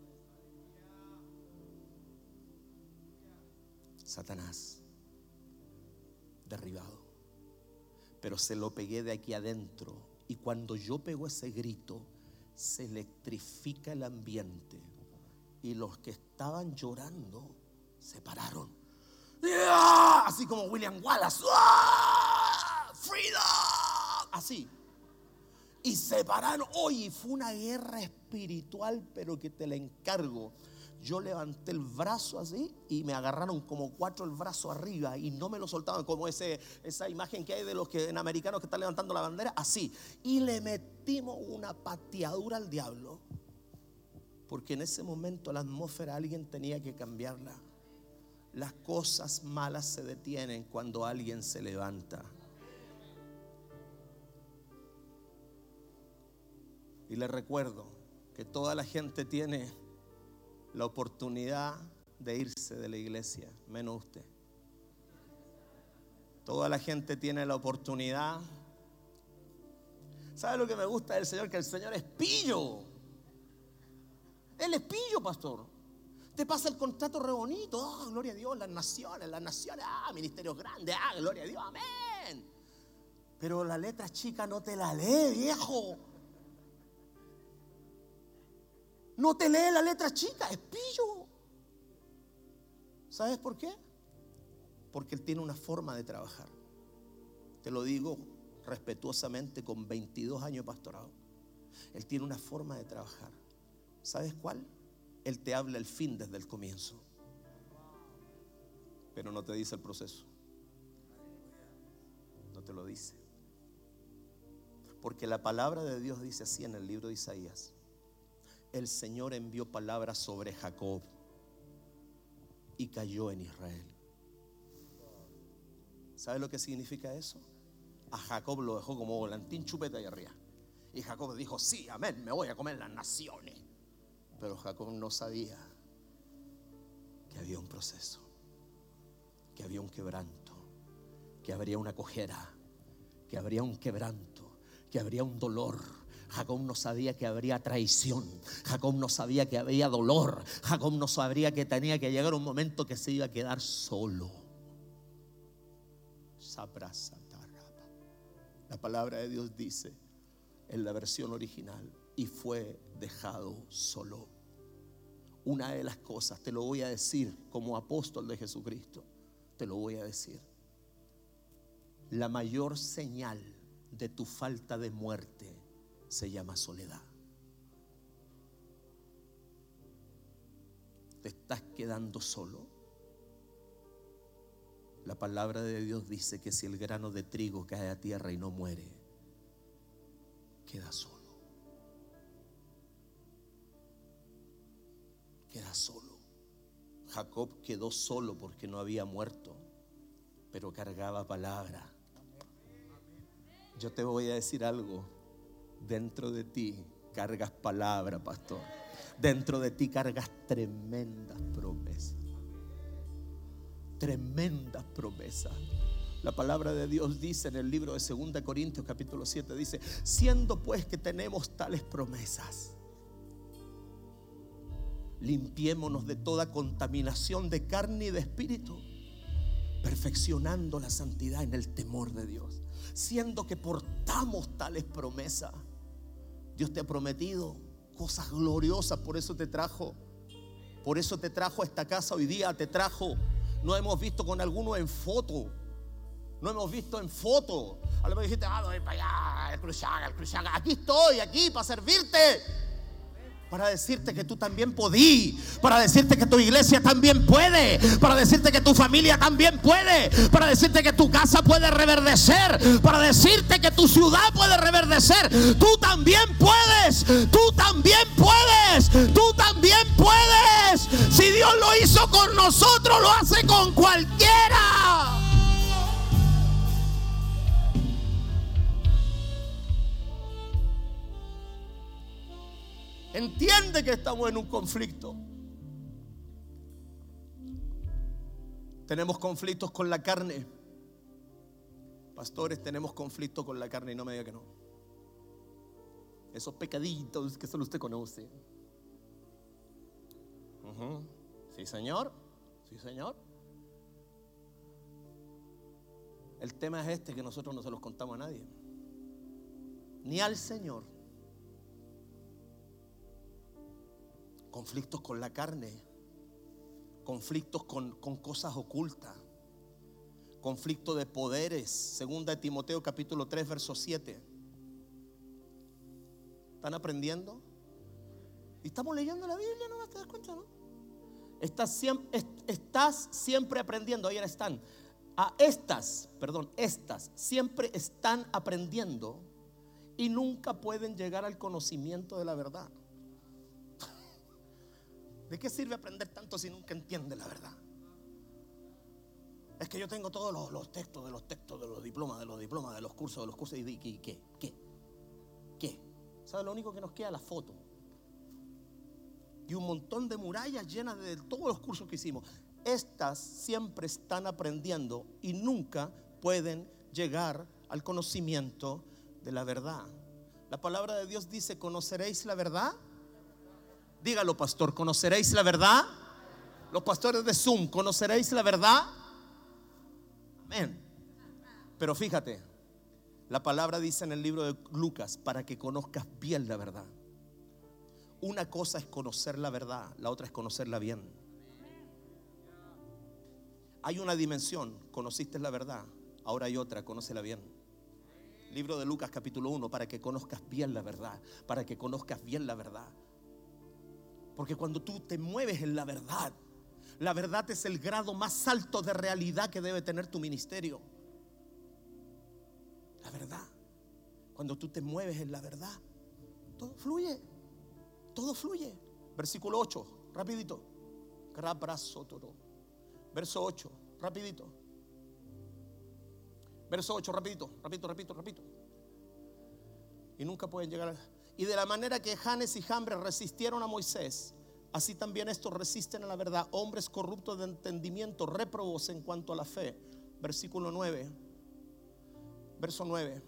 Satanás, derribado, pero se lo pegué de aquí adentro. Y cuando yo pego ese grito, se electrifica el ambiente. Y los que estaban llorando se pararon. Así como William Wallace. ¡Freedom! Así. Y se pararon. Oye, fue una guerra espiritual, pero que te la encargo. Yo levanté el brazo así y me agarraron como cuatro el brazo arriba y no me lo soltaban, como ese, esa imagen que hay de los que, en americanos que están levantando la bandera, así. Y le metimos una pateadura al diablo, porque en ese momento la atmósfera alguien tenía que cambiarla. Las cosas malas se detienen cuando alguien se levanta. Y les recuerdo que toda la gente tiene la oportunidad de irse de la iglesia, menos usted. Toda la gente tiene la oportunidad. ¿Sabe lo que me gusta del Señor? Que el Señor es pillo. Él es pillo, pastor. Te pasa el contrato re bonito. Oh, gloria a Dios, las naciones, las naciones, ah, ministerios grandes, ah, gloria a Dios, amén. Pero la letra chica no te la lee, viejo. No te lee la letra chica, es pillo. ¿Sabes por qué? Porque él tiene una forma de trabajar. Te lo digo respetuosamente con veintidós años de pastorado. Él tiene una forma de trabajar. ¿Sabes cuál? Él te habla el fin desde el comienzo, pero no te dice el proceso. No te lo dice. Porque la palabra de Dios dice así en el libro de Isaías: el Señor envió palabras sobre Jacob y cayó en Israel. ¿Sabe lo que significa eso? A Jacob lo dejó como volantín chupeta allá arriba. Y Jacob dijo: sí, amén, me voy a comer las naciones. Pero Jacob no sabía que había un proceso, que había un quebranto, que habría una cojera, que habría un quebranto, que habría un dolor. Jacob no sabía que habría traición. Jacob no sabía que había dolor. Jacob no sabría que tenía que llegar un momento que se iba a quedar solo. La palabra de Dios dice en la versión original: y fue dejado solo. Una de las cosas, te lo voy a decir como apóstol de Jesucristo, te lo voy a decir: la mayor señal de tu falta de muerte se llama soledad. Te estás quedando solo. La palabra de Dios dice que si el grano de trigo cae a tierra y no muere, queda solo. Queda solo. Jacob quedó solo porque no había muerto, pero cargaba palabra. Yo te voy a decir algo: dentro de ti cargas palabra, pastor. Dentro de ti cargas tremendas promesas. Tremendas promesas. La palabra de Dios dice en el libro de segunda Corintios capítulo siete, dice: siendo pues que tenemos tales promesas, limpiémonos de toda contaminación de carne y de espíritu, perfeccionando la santidad en el temor de Dios. Siendo que portamos tales promesas, Dios te ha prometido cosas gloriosas. Por eso te trajo, por eso te trajo a esta casa hoy día. Te trajo. No hemos visto con alguno en foto. No hemos visto en foto. A lo mejor dijiste: ah, voy para allá, el Cruzaga, el Cruzaga. Aquí estoy, aquí para servirte, para decirte que tú también podí, para decirte que tu iglesia también puede, para decirte que tu familia también puede, para decirte que tu casa puede reverdecer, para decirte que tu ciudad puede reverdecer. Tú también puedes, tú también puedes, tú también puedes. Si Dios lo hizo con nosotros, lo hace con cualquiera. Entiende que estamos en un conflicto. Tenemos conflictos con la carne. Pastores, tenemos conflictos con la carne, y no me diga que no. Esos pecaditos que solo usted conoce. Uh-huh. Sí, señor. Sí, señor. El tema es este, que nosotros no se los contamos a nadie, ni al Señor. Conflictos con la carne, conflictos con, con cosas ocultas, conflicto de poderes. Segunda de Timoteo capítulo tres verso siete. ¿Están aprendiendo? Y estamos leyendo la Biblia, ¿no te das cuenta, no? Estás siempre, estás siempre aprendiendo. Ahí están. A estas, perdón, estas siempre están aprendiendo y nunca pueden llegar al conocimiento de la verdad. ¿De qué sirve aprender tanto si nunca entiende la verdad? Es que yo tengo todos los, los textos de los textos, de los diplomas, de los diplomas, de los cursos, de los cursos. ¿Y qué? ¿Qué? ¿Qué? ¿Qué? ¿Sabe lo único que nos queda? La foto. Y un montón de murallas llenas de todos los cursos que hicimos. Estas siempre están aprendiendo y nunca pueden llegar al conocimiento de la verdad. La palabra de Dios dice: ¿conoceréis la verdad? Dígalo, pastor, ¿conoceréis la verdad? Los pastores de Zoom, ¿conoceréis la verdad? Amén. Pero fíjate, la palabra dice en el libro de Lucas: para que conozcas bien la verdad. Una cosa es conocer la verdad, la otra es conocerla bien. Hay una dimensión: conociste la verdad, ahora hay otra: conócela bien. Libro de Lucas capítulo uno: para que conozcas bien la verdad, para que conozcas bien la verdad. Porque cuando tú te mueves en la verdad, la verdad es el grado más alto de realidad que debe tener tu ministerio. La verdad. Cuando tú te mueves en la verdad, todo fluye. Todo fluye. Versículo ocho, rapidito. Verso ocho, rapidito. Verso ocho, rapidito, rapidito, rapidito, rapidito. Y nunca pueden llegar a... Y de la manera que Janes y Jambres resistieron a Moisés, así también estos resisten a la verdad, hombres corruptos de entendimiento, réprobos en cuanto a la fe. Versículo nueve. Verso nueve.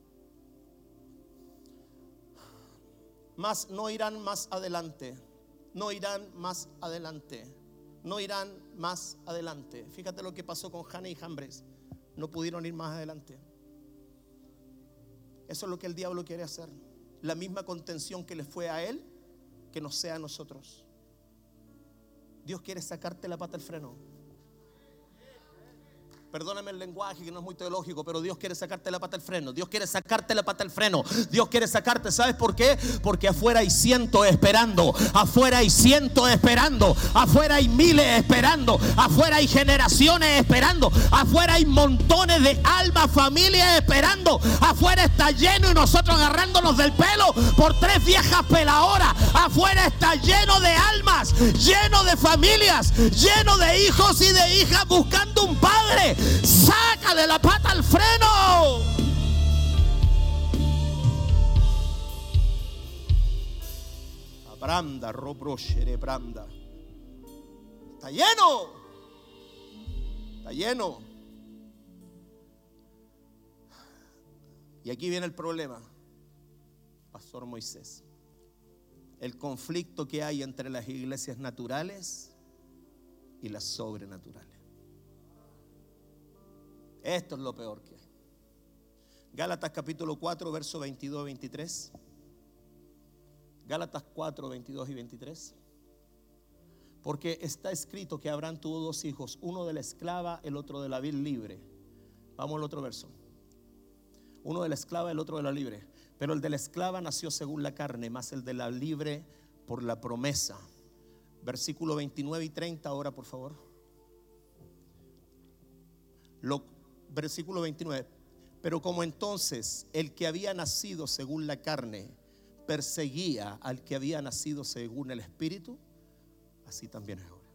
Mas no irán más adelante. No irán más adelante. No irán más adelante. Fíjate lo que pasó con Janes y Jambres. No pudieron ir más adelante. Eso es lo que el diablo quiere hacer. La misma contención que le fue a él, que nos sea a nosotros. Dios quiere sacarte la pata al freno. Perdóname el lenguaje que no es muy teológico, pero Dios quiere sacarte la pata al freno. Dios quiere sacarte la pata al freno. Dios quiere sacarte, ¿sabes por qué? Porque afuera hay cientos esperando. Afuera hay cientos esperando. Afuera hay miles esperando. Afuera hay generaciones esperando. Afuera hay montones de almas, familias esperando. Afuera está lleno y nosotros agarrándonos del pelo por tres viejas peladoras. Afuera está lleno de almas, lleno de familias, lleno de hijos y de hijas buscando un padre. Sácale la pata al freno. Abranda, robroshere, branda. Está lleno. Está lleno. Y aquí viene el problema, Pastor Moisés. El conflicto que hay entre las iglesias naturales y las sobrenaturales. Esto es lo peor que hay. Gálatas capítulo cuatro, verso veintidós y veintitrés. Gálatas cuatro, veintidós y veintitrés. Porque está escrito que Abraham tuvo dos hijos, uno de la esclava, el otro de la vil libre. Vamos al otro verso. Uno de la esclava, el otro de la libre. Pero el de la esclava nació según la carne, más el de la libre por la promesa. Versículo veintinueve y treinta ahora, por favor. Lo, versículo veintinueve. Pero como entonces el que había nacido según la carne perseguía al que había nacido según el Espíritu, así también es ahora.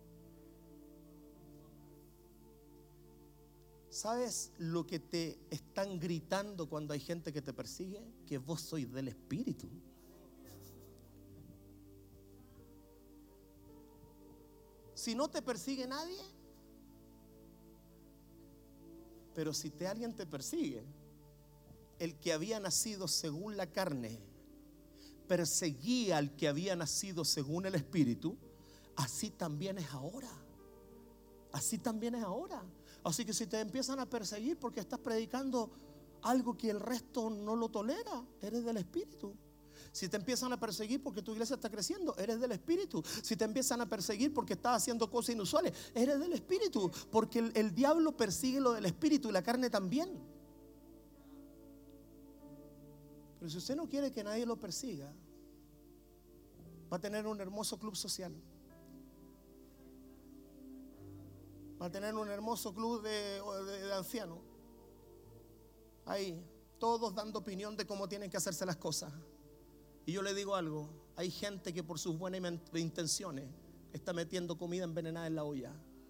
¿Sabes lo que te están gritando cuando hay gente que te persigue? Que vos sois del Espíritu. Si no te persigue nadie, pero si te, alguien te persigue, el que había nacido según la carne perseguía al que había nacido según el Espíritu, así también es ahora. Así también es ahora. Así que si te empiezan a perseguir porque estás predicando algo que el resto no lo tolera, eres del Espíritu. Si te empiezan a perseguir porque tu iglesia está creciendo, eres del Espíritu. Si te empiezan a perseguir porque estás haciendo cosas inusuales, eres del Espíritu. Porque el, el diablo persigue lo del Espíritu y la carne también. Pero si usted no quiere que nadie lo persiga, va a tener un hermoso club social. Va a tener un hermoso club de, de, de ancianos. Ahí, todos dando opinión de cómo tienen que hacerse las cosas. Y yo le digo algo, hay gente que por sus buenas intenciones está metiendo comida envenenada en la olla.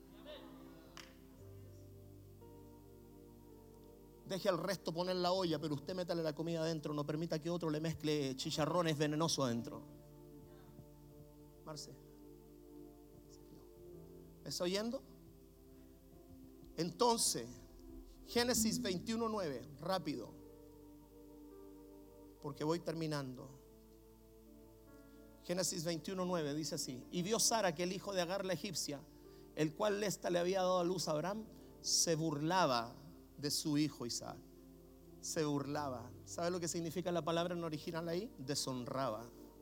Deje al resto poner la olla, pero usted métale la comida adentro. No permita que otro le mezcle chicharrones venenosos adentro. Marce, ¿me está oyendo? Entonces, Génesis veintiuno nueve, rápido, porque voy terminando. Génesis veintiuno nueve dice así: y vio Sara que el hijo de Agar la egipcia, el cual ésta le había dado a luz a Abraham, se burlaba de su hijo Isaac. Se burlaba. ¿Sabe lo que significa la palabra en original ahí? Deshonraba.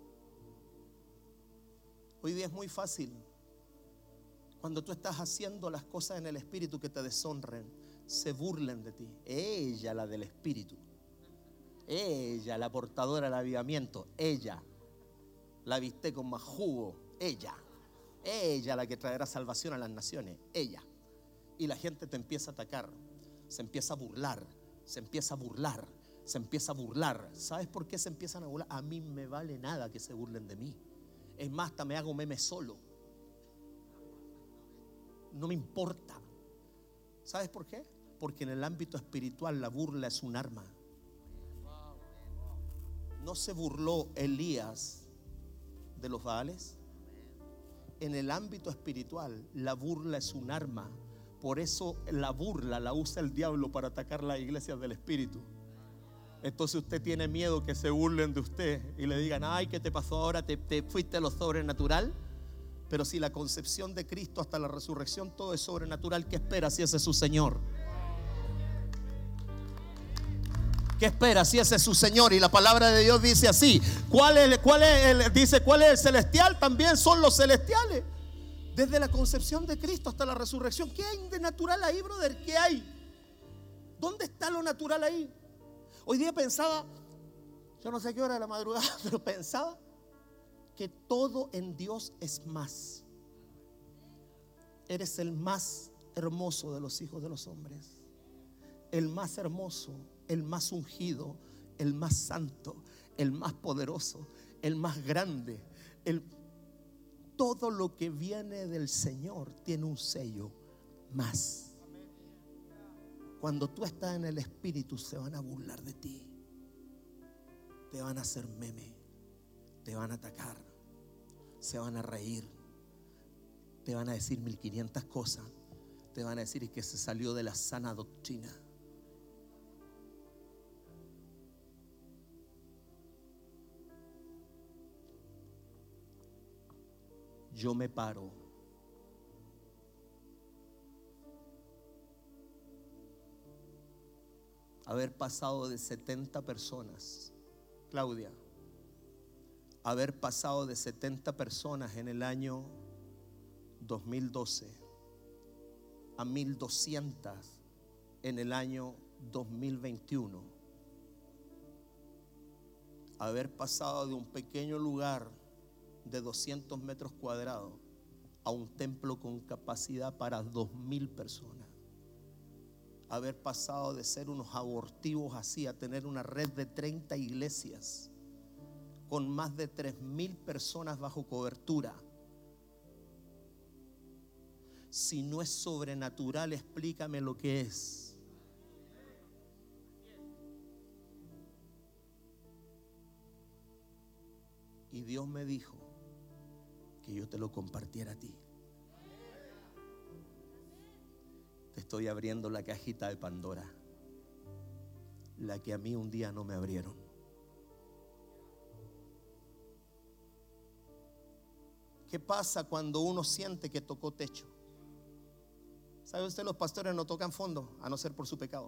Hoy día es muy fácil, cuando tú estás haciendo las cosas en el Espíritu, que te deshonren, se burlen de ti. Ella, la del Espíritu, ella, la portadora del avivamiento, ella, la viste con más jugo, ella, ella, la que traerá salvación a las naciones, ella. Y la gente te empieza a atacar, se empieza a burlar, se empieza a burlar, se empieza a burlar. ¿Sabes por qué se empiezan a burlar? A mí me vale nada que se burlen de mí. Es más, hasta me hago meme solo. no me importa. ¿Sabes por qué? Porque en el ámbito espiritual la burla es un arma. ¿No se burló Elías de los Baales? En el ámbito espiritual la burla es un arma. Por eso la burla la usa el diablo para atacar las iglesias del espíritu. Entonces usted tiene miedo que se burlen de usted y le digan: ay, ¿qué te pasó ahora? ¿Te, te fuiste a lo sobrenatural? Pero si la concepción de Cristo hasta la resurrección todo es sobrenatural, ¿qué espera si ese es su Señor? ¿Qué espera si ese es su Señor? Y la palabra de Dios dice así: ¿Cuál es, cuál es el, dice, ¿cuál es el celestial? También son los celestiales. Desde la concepción de Cristo hasta la resurrección, ¿qué hay de natural ahí, brother? ¿Qué hay? ¿Dónde está lo natural ahí? Hoy día pensaba, yo no sé qué hora de la madrugada, pero pensaba que todo en Dios es más. Eres el más hermoso de los hijos de los hombres, el más hermoso, el más ungido, el más santo, el más poderoso, el más grande. El, todo lo que viene del Señor tiene un sello más. Cuando tú estás en el Espíritu, se van a burlar de ti, te van a hacer meme, te van a atacar, se van a reír, te van a decir mil quinientas cosas, te van a decir que se salió de la sana doctrina. Yo me paro haber pasado de setenta personas, Claudia, haber pasado de setenta personas en el año dos mil doce a mil doscientas en el año dos mil veintiuno, haber pasado de un pequeño lugar de doscientos metros cuadrados a un templo con capacidad para dos mil personas, haber pasado de ser unos abortivos así a tener una red de treinta iglesias con más de tres mil personas bajo cobertura. Si no es sobrenatural, explícame lo que es. Y Dios me dijo que yo te lo compartiera a ti. Te estoy abriendo la cajita de Pandora, la que a mí un día no me abrieron. ¿Qué pasa cuando uno siente que tocó techo? ¿Sabe usted? Los pastores no tocan fondo, a no ser por su pecado.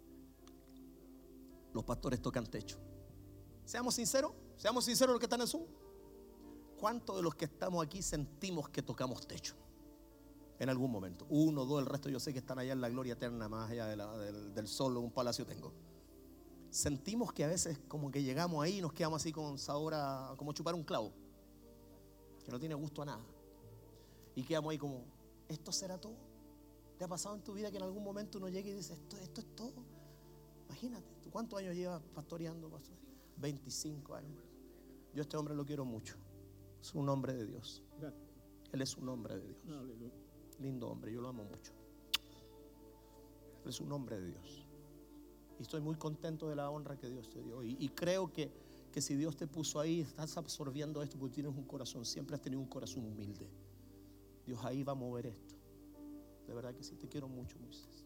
Los pastores tocan techo. Seamos sinceros, seamos sinceros los que están en Zoom. ¿Cuántos de los que estamos aquí sentimos que tocamos techo? En algún momento, uno, dos, el resto yo sé que están allá en la gloria eterna, más allá de la, del, del sol, un palacio tengo. Sentimos que a veces como que llegamos ahí y nos quedamos así con sabor a, como chupar un clavo, que no tiene gusto a nada. Y quedamos ahí como, ¿esto será todo? ¿Te ha pasado en tu vida que en algún momento uno llega y dice, esto, esto es todo? Imagínate, ¿tú cuántos años llevas pastoreando, pastor? veinticinco años. Yo a este hombre lo quiero mucho. Es un hombre de Dios. Él es un hombre de Dios. Lindo hombre, yo lo amo mucho. Él es un hombre de Dios. Y estoy muy contento de la honra que Dios te dio. Y, y creo que, que si Dios te puso ahí, estás absorbiendo esto porque tienes un corazón, siempre has tenido un corazón humilde. Dios ahí va a mover esto. De verdad que sí, te quiero mucho, Moisés.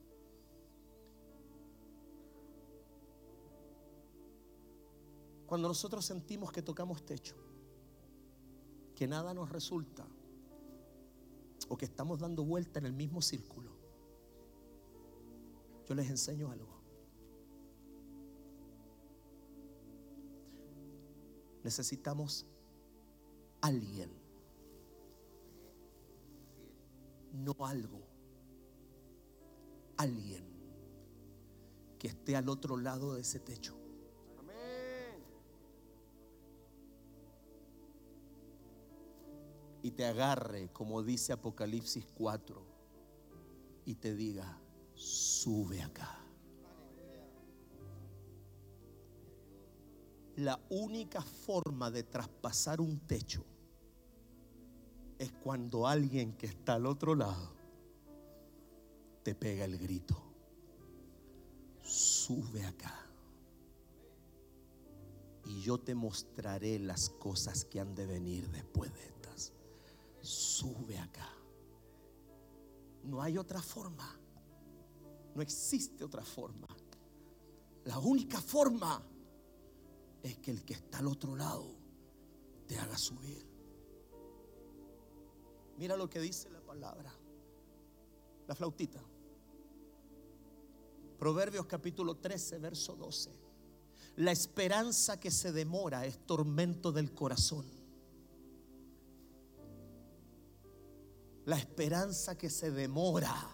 Cuando nosotros sentimos que tocamos techo, que nada nos resulta, o que estamos dando vuelta en el mismo círculo, yo les enseño algo. Necesitamos alguien, no algo, alguien que esté al otro lado de ese techo. Y te agarre, como dice Apocalipsis cuatro, y te diga, sube acá. La única forma de traspasar un techo es cuando alguien que está al otro lado te pega el grito: sube acá y yo te mostraré las cosas que han de venir después de estas. Sube acá. No hay otra forma. No existe otra forma. La única forma es que el que está al otro lado te haga subir. Mira lo que dice la palabra. La flautita. Proverbios capítulo trece, verso doce. La esperanza que se demora es tormento del corazón. La esperanza que se demora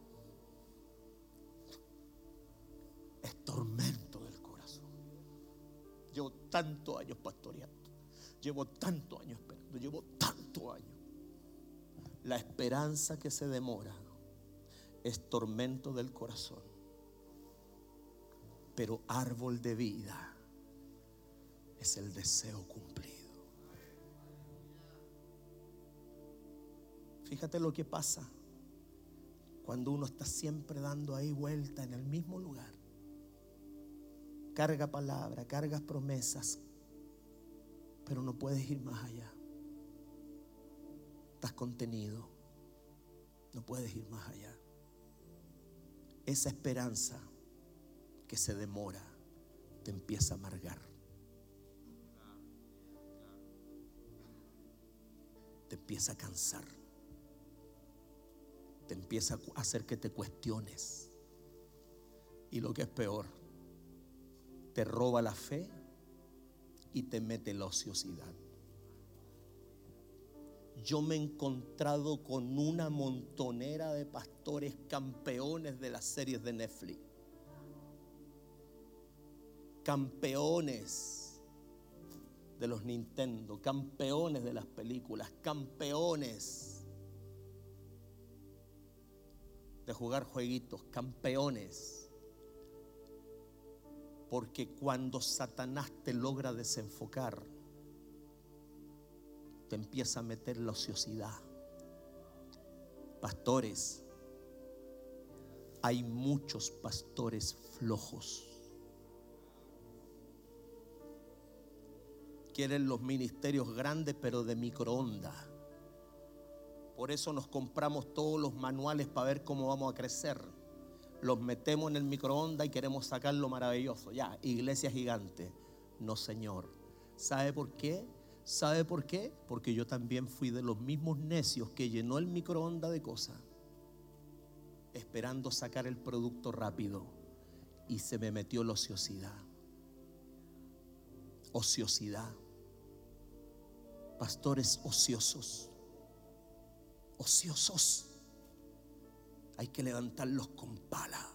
es tormento del corazón. Llevo tantos años pastoreando, llevo tantos años esperando, llevo tantos años. La esperanza que se demora es tormento del corazón, pero árbol de vida es el deseo cumplido. Fíjate lo que pasa cuando uno está siempre dando ahí vuelta en el mismo lugar. Carga palabra, cargas promesas, pero no puedes ir más allá. Estás contenido, no puedes ir más allá. Esa esperanza que se demora te empieza a amargar, te empieza a cansar, te empieza a hacer que te cuestiones, y lo que es peor, te roba la fe y te mete la ociosidad. Yo me he encontrado con una montonera de pastores campeones de las series de Netflix, campeones de los Nintendo, campeones de las películas, campeones de jugar jueguitos, campeones. Porque cuando Satanás te logra desenfocar, te empieza a meter la ociosidad. Pastores, hay muchos pastores flojos. Quieren los ministerios grandes, pero de microondas. Por eso nos compramos todos los manuales para ver cómo vamos a crecer. Los metemos en el microondas y queremos sacar lo maravilloso. Ya, iglesia gigante. No, señor. ¿Sabe por qué? ¿Sabe por qué? Porque yo también fui de los mismos necios que llenó el microondas de cosas, esperando sacar el producto rápido, y se me metió la ociosidad. Ociosidad. Pastores ociosos. Ociosos. Hay que levantarlos con pala.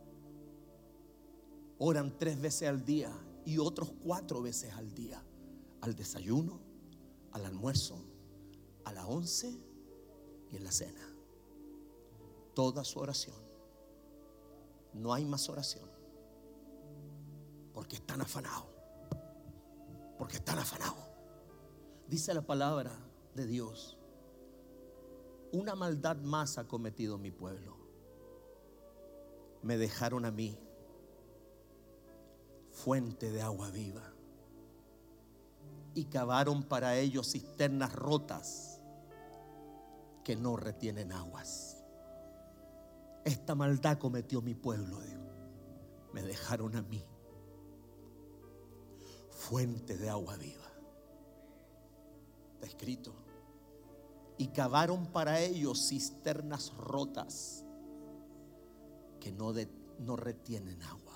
Oran tres veces al día y otros cuatro veces al día. Al desayuno, al almuerzo, a la once y en la cena. Toda su oración. No hay más oración. Porque están afanados. Porque están afanados. Dice la palabra de Dios: una maldad más ha cometido mi pueblo. Me dejaron a mí fuente de agua viva y cavaron para ellos cisternas rotas que no retienen aguas. Esta maldad cometió mi pueblo, Dios. Me dejaron a mí fuente de agua viva. Está escrito. Y cavaron para ellos cisternas rotas que no, de, no retienen agua.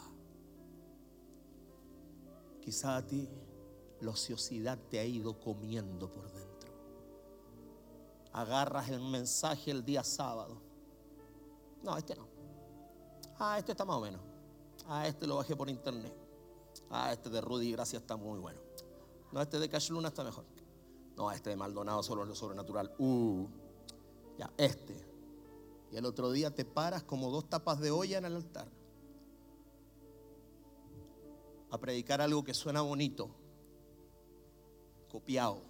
Quizá a ti la ociosidad te ha ido comiendo por dentro. Agarras el mensaje el día sábado. No, este no. Ah, este está más o menos. Ah, este lo bajé por internet. Ah, este de Rudy Gracia está muy bueno. No, este de Cash Luna está mejor. No, este de Maldonado, solo lo sobrenatural. Uh, ya, este. Y el otro día te paras como dos tapas de olla en el altar a predicar algo que suena bonito, copiado,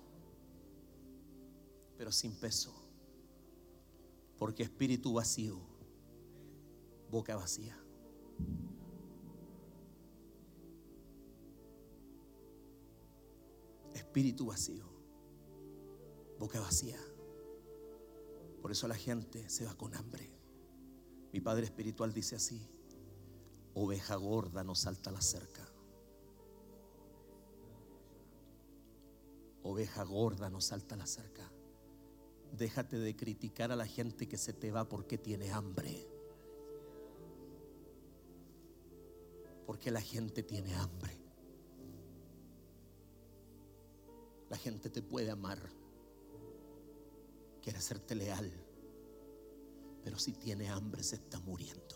pero sin peso, porque espíritu vacío boca vacía. Espíritu vacío, boca vacía. Por eso la gente se va con hambre. Mi padre espiritual dice así: oveja gorda no salta la cerca. Oveja gorda no salta la cerca. Déjate de criticar a la gente que se te va porque tiene hambre. Porque la gente tiene hambre. La gente te puede amar, quiere hacerte leal, pero si tiene hambre se está muriendo.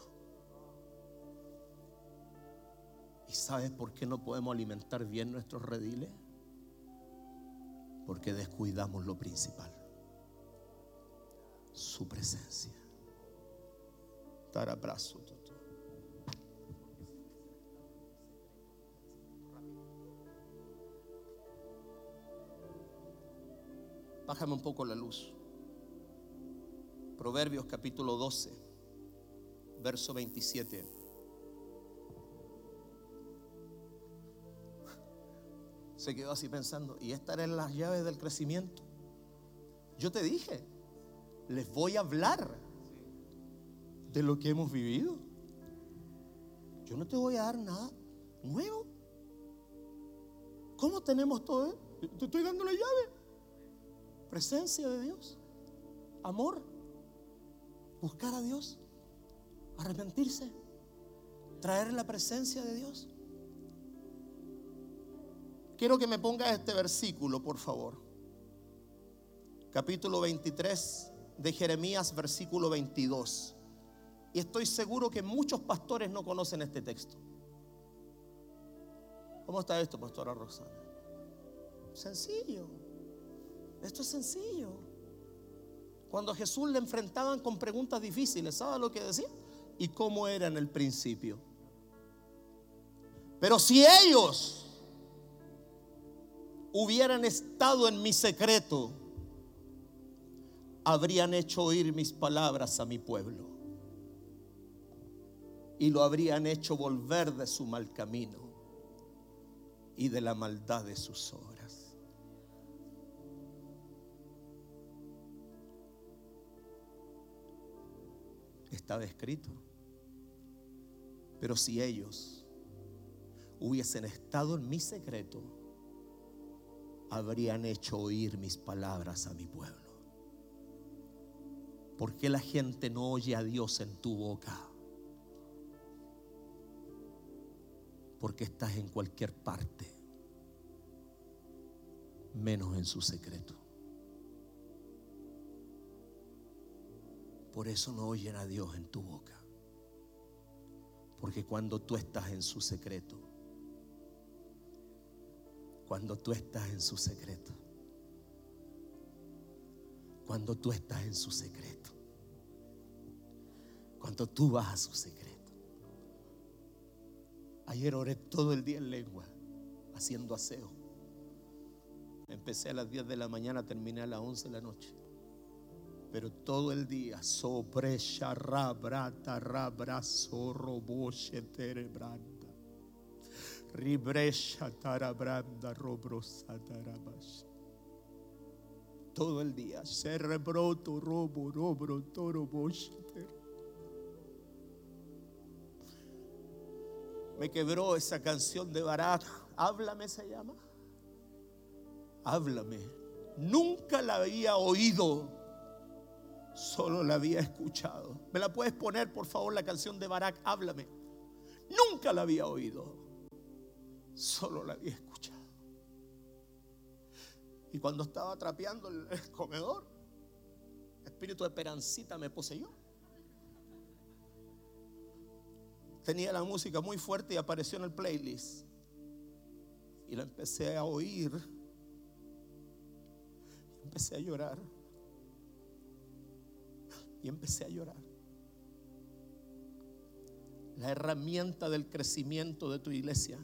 ¿Y sabes por qué no podemos alimentar bien nuestros rediles? Porque descuidamos lo principal: su presencia. Dar abrazo. Bájame un poco la luz. Proverbios capítulo doce, verso veintisiete. Se quedó así pensando, y estas eran las llaves del crecimiento. Yo te dije, les voy a hablar de lo que hemos vivido. Yo no te voy a dar nada nuevo. ¿Cómo tenemos todo? Te estoy dando la llave. Presencia de Dios, amor, buscar a Dios, arrepentirse, traer la presencia de Dios. Quiero que me pongas este versículo, por favor. Capítulo veintitrés de Jeremías, versículo veintidós. Y estoy seguro que muchos pastores no conocen este texto. ¿Cómo está esto, pastora Rosana? Sencillo. Esto es sencillo. Cuando a Jesús le enfrentaban con preguntas difíciles, ¿sabe lo que decía? ¿Y cómo era en el principio? Pero si ellos hubieran estado en mi secreto, habrían hecho oír mis palabras a mi pueblo y lo habrían hecho volver de su mal camino y de la maldad de sus obras. Estaba escrito. Pero si ellos hubiesen estado en mi secreto, habrían hecho oír mis palabras a mi pueblo. ¿Por qué la gente no oye a Dios en tu boca? Porque estás en cualquier parte, menos en su secreto. Por eso no oyen a Dios en tu boca. Porque cuando tú estás en su secreto, cuando tú estás en su secreto, cuando tú estás en su secreto, cuando tú vas a su secreto. Ayer oré todo el día en lengua, haciendo aseo. Empecé a las diez de la mañana, terminé a las once de la noche. Pero todo el día sobre sharabrata rabrazo roboshe terebranda ribresha tarabranda robrosatarabash. Todo el día cerebroto robo robro toro bosheter. Me quebró esa canción de Barak. Háblame se llama. Háblame. Nunca la había oído. Solo la había escuchado. ¿Me la puedes poner, por favor, la canción de Barak? Háblame. Nunca la había oído. Solo la había escuchado. Y cuando estaba trapeando el comedor, el espíritu de Perancita me poseyó. Tenía la música muy fuerte y apareció en el playlist. Y la empecé a oír. Empecé a llorar. Y empecé a llorar. La herramienta del crecimiento de tu iglesia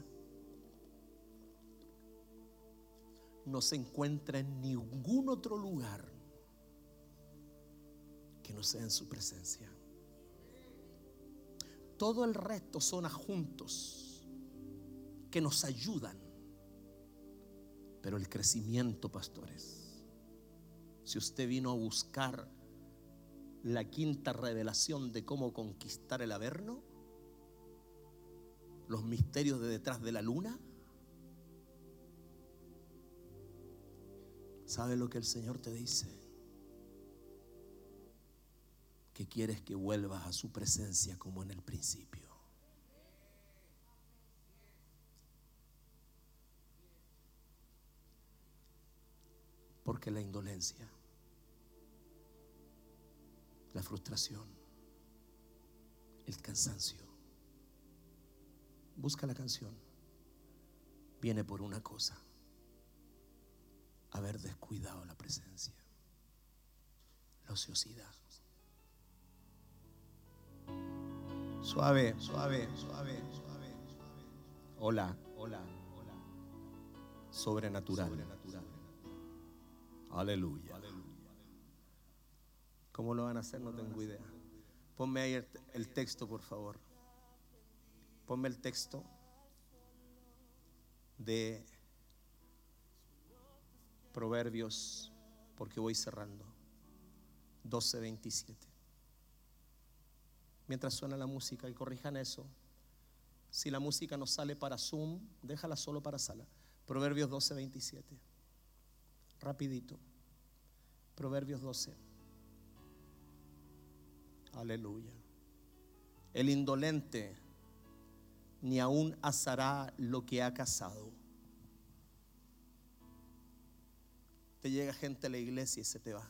no se encuentra en ningún otro lugar que no sea en su presencia. todo el resto son adjuntos que nos ayudan. Pero el crecimiento, pastores, si usted vino a buscar la quinta revelación de cómo conquistar el Averno, los misterios de detrás de la luna, ¿sabe lo que el Señor te dice? Que quieres que vuelvas a su presencia como en el principio. Porque la indolencia, la frustración, el cansancio, busca la canción, viene por una cosa: haber descuidado la presencia, la ociosidad. Suave, suave, suave, suave. Hola, hola, hola. Sobrenatural. Sobrenatural. Aleluya. ¿Cómo lo van a hacer? No tengo idea. Ponme ahí el, el texto, por favor. Ponme el texto de Proverbios, porque voy cerrando. doce veintisiete. Mientras suena la música, y corrijan eso. Si la música no sale para Zoom, déjala solo para sala. Proverbios doce veintisiete. Rapidito. Proverbios doce. Aleluya. El indolente ni aún asará lo que ha cazado. Te llega gente a la iglesia y se te va.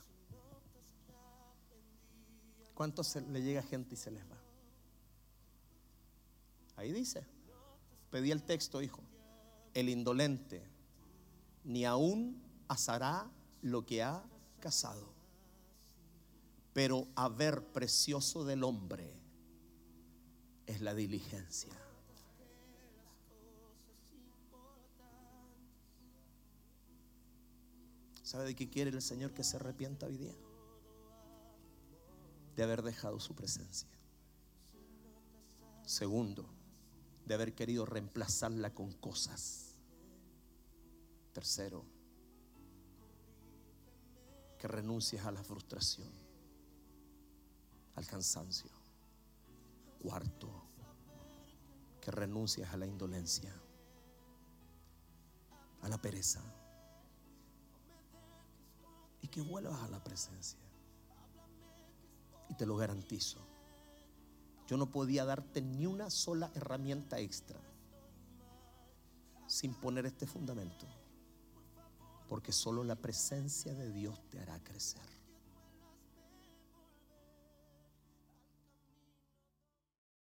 ¿Cuántos se, le llega gente y se les va? Ahí dice. Pedí el texto, hijo. El indolente ni aún asará lo que ha cazado, pero haber precioso del hombre es la diligencia. ¿Sabe de qué quiere el Señor que se arrepienta hoy día? De haber dejado su presencia. Segundo, de haber querido reemplazarla con cosas. Tercero, que renuncies a la frustración, al cansancio. Cuarto, que renuncies a la indolencia, a la pereza, y que vuelvas a la presencia. Y te lo garantizo, yo no podía darte ni una sola herramienta extra sin poner este fundamento, porque solo la presencia de Dios te hará crecer.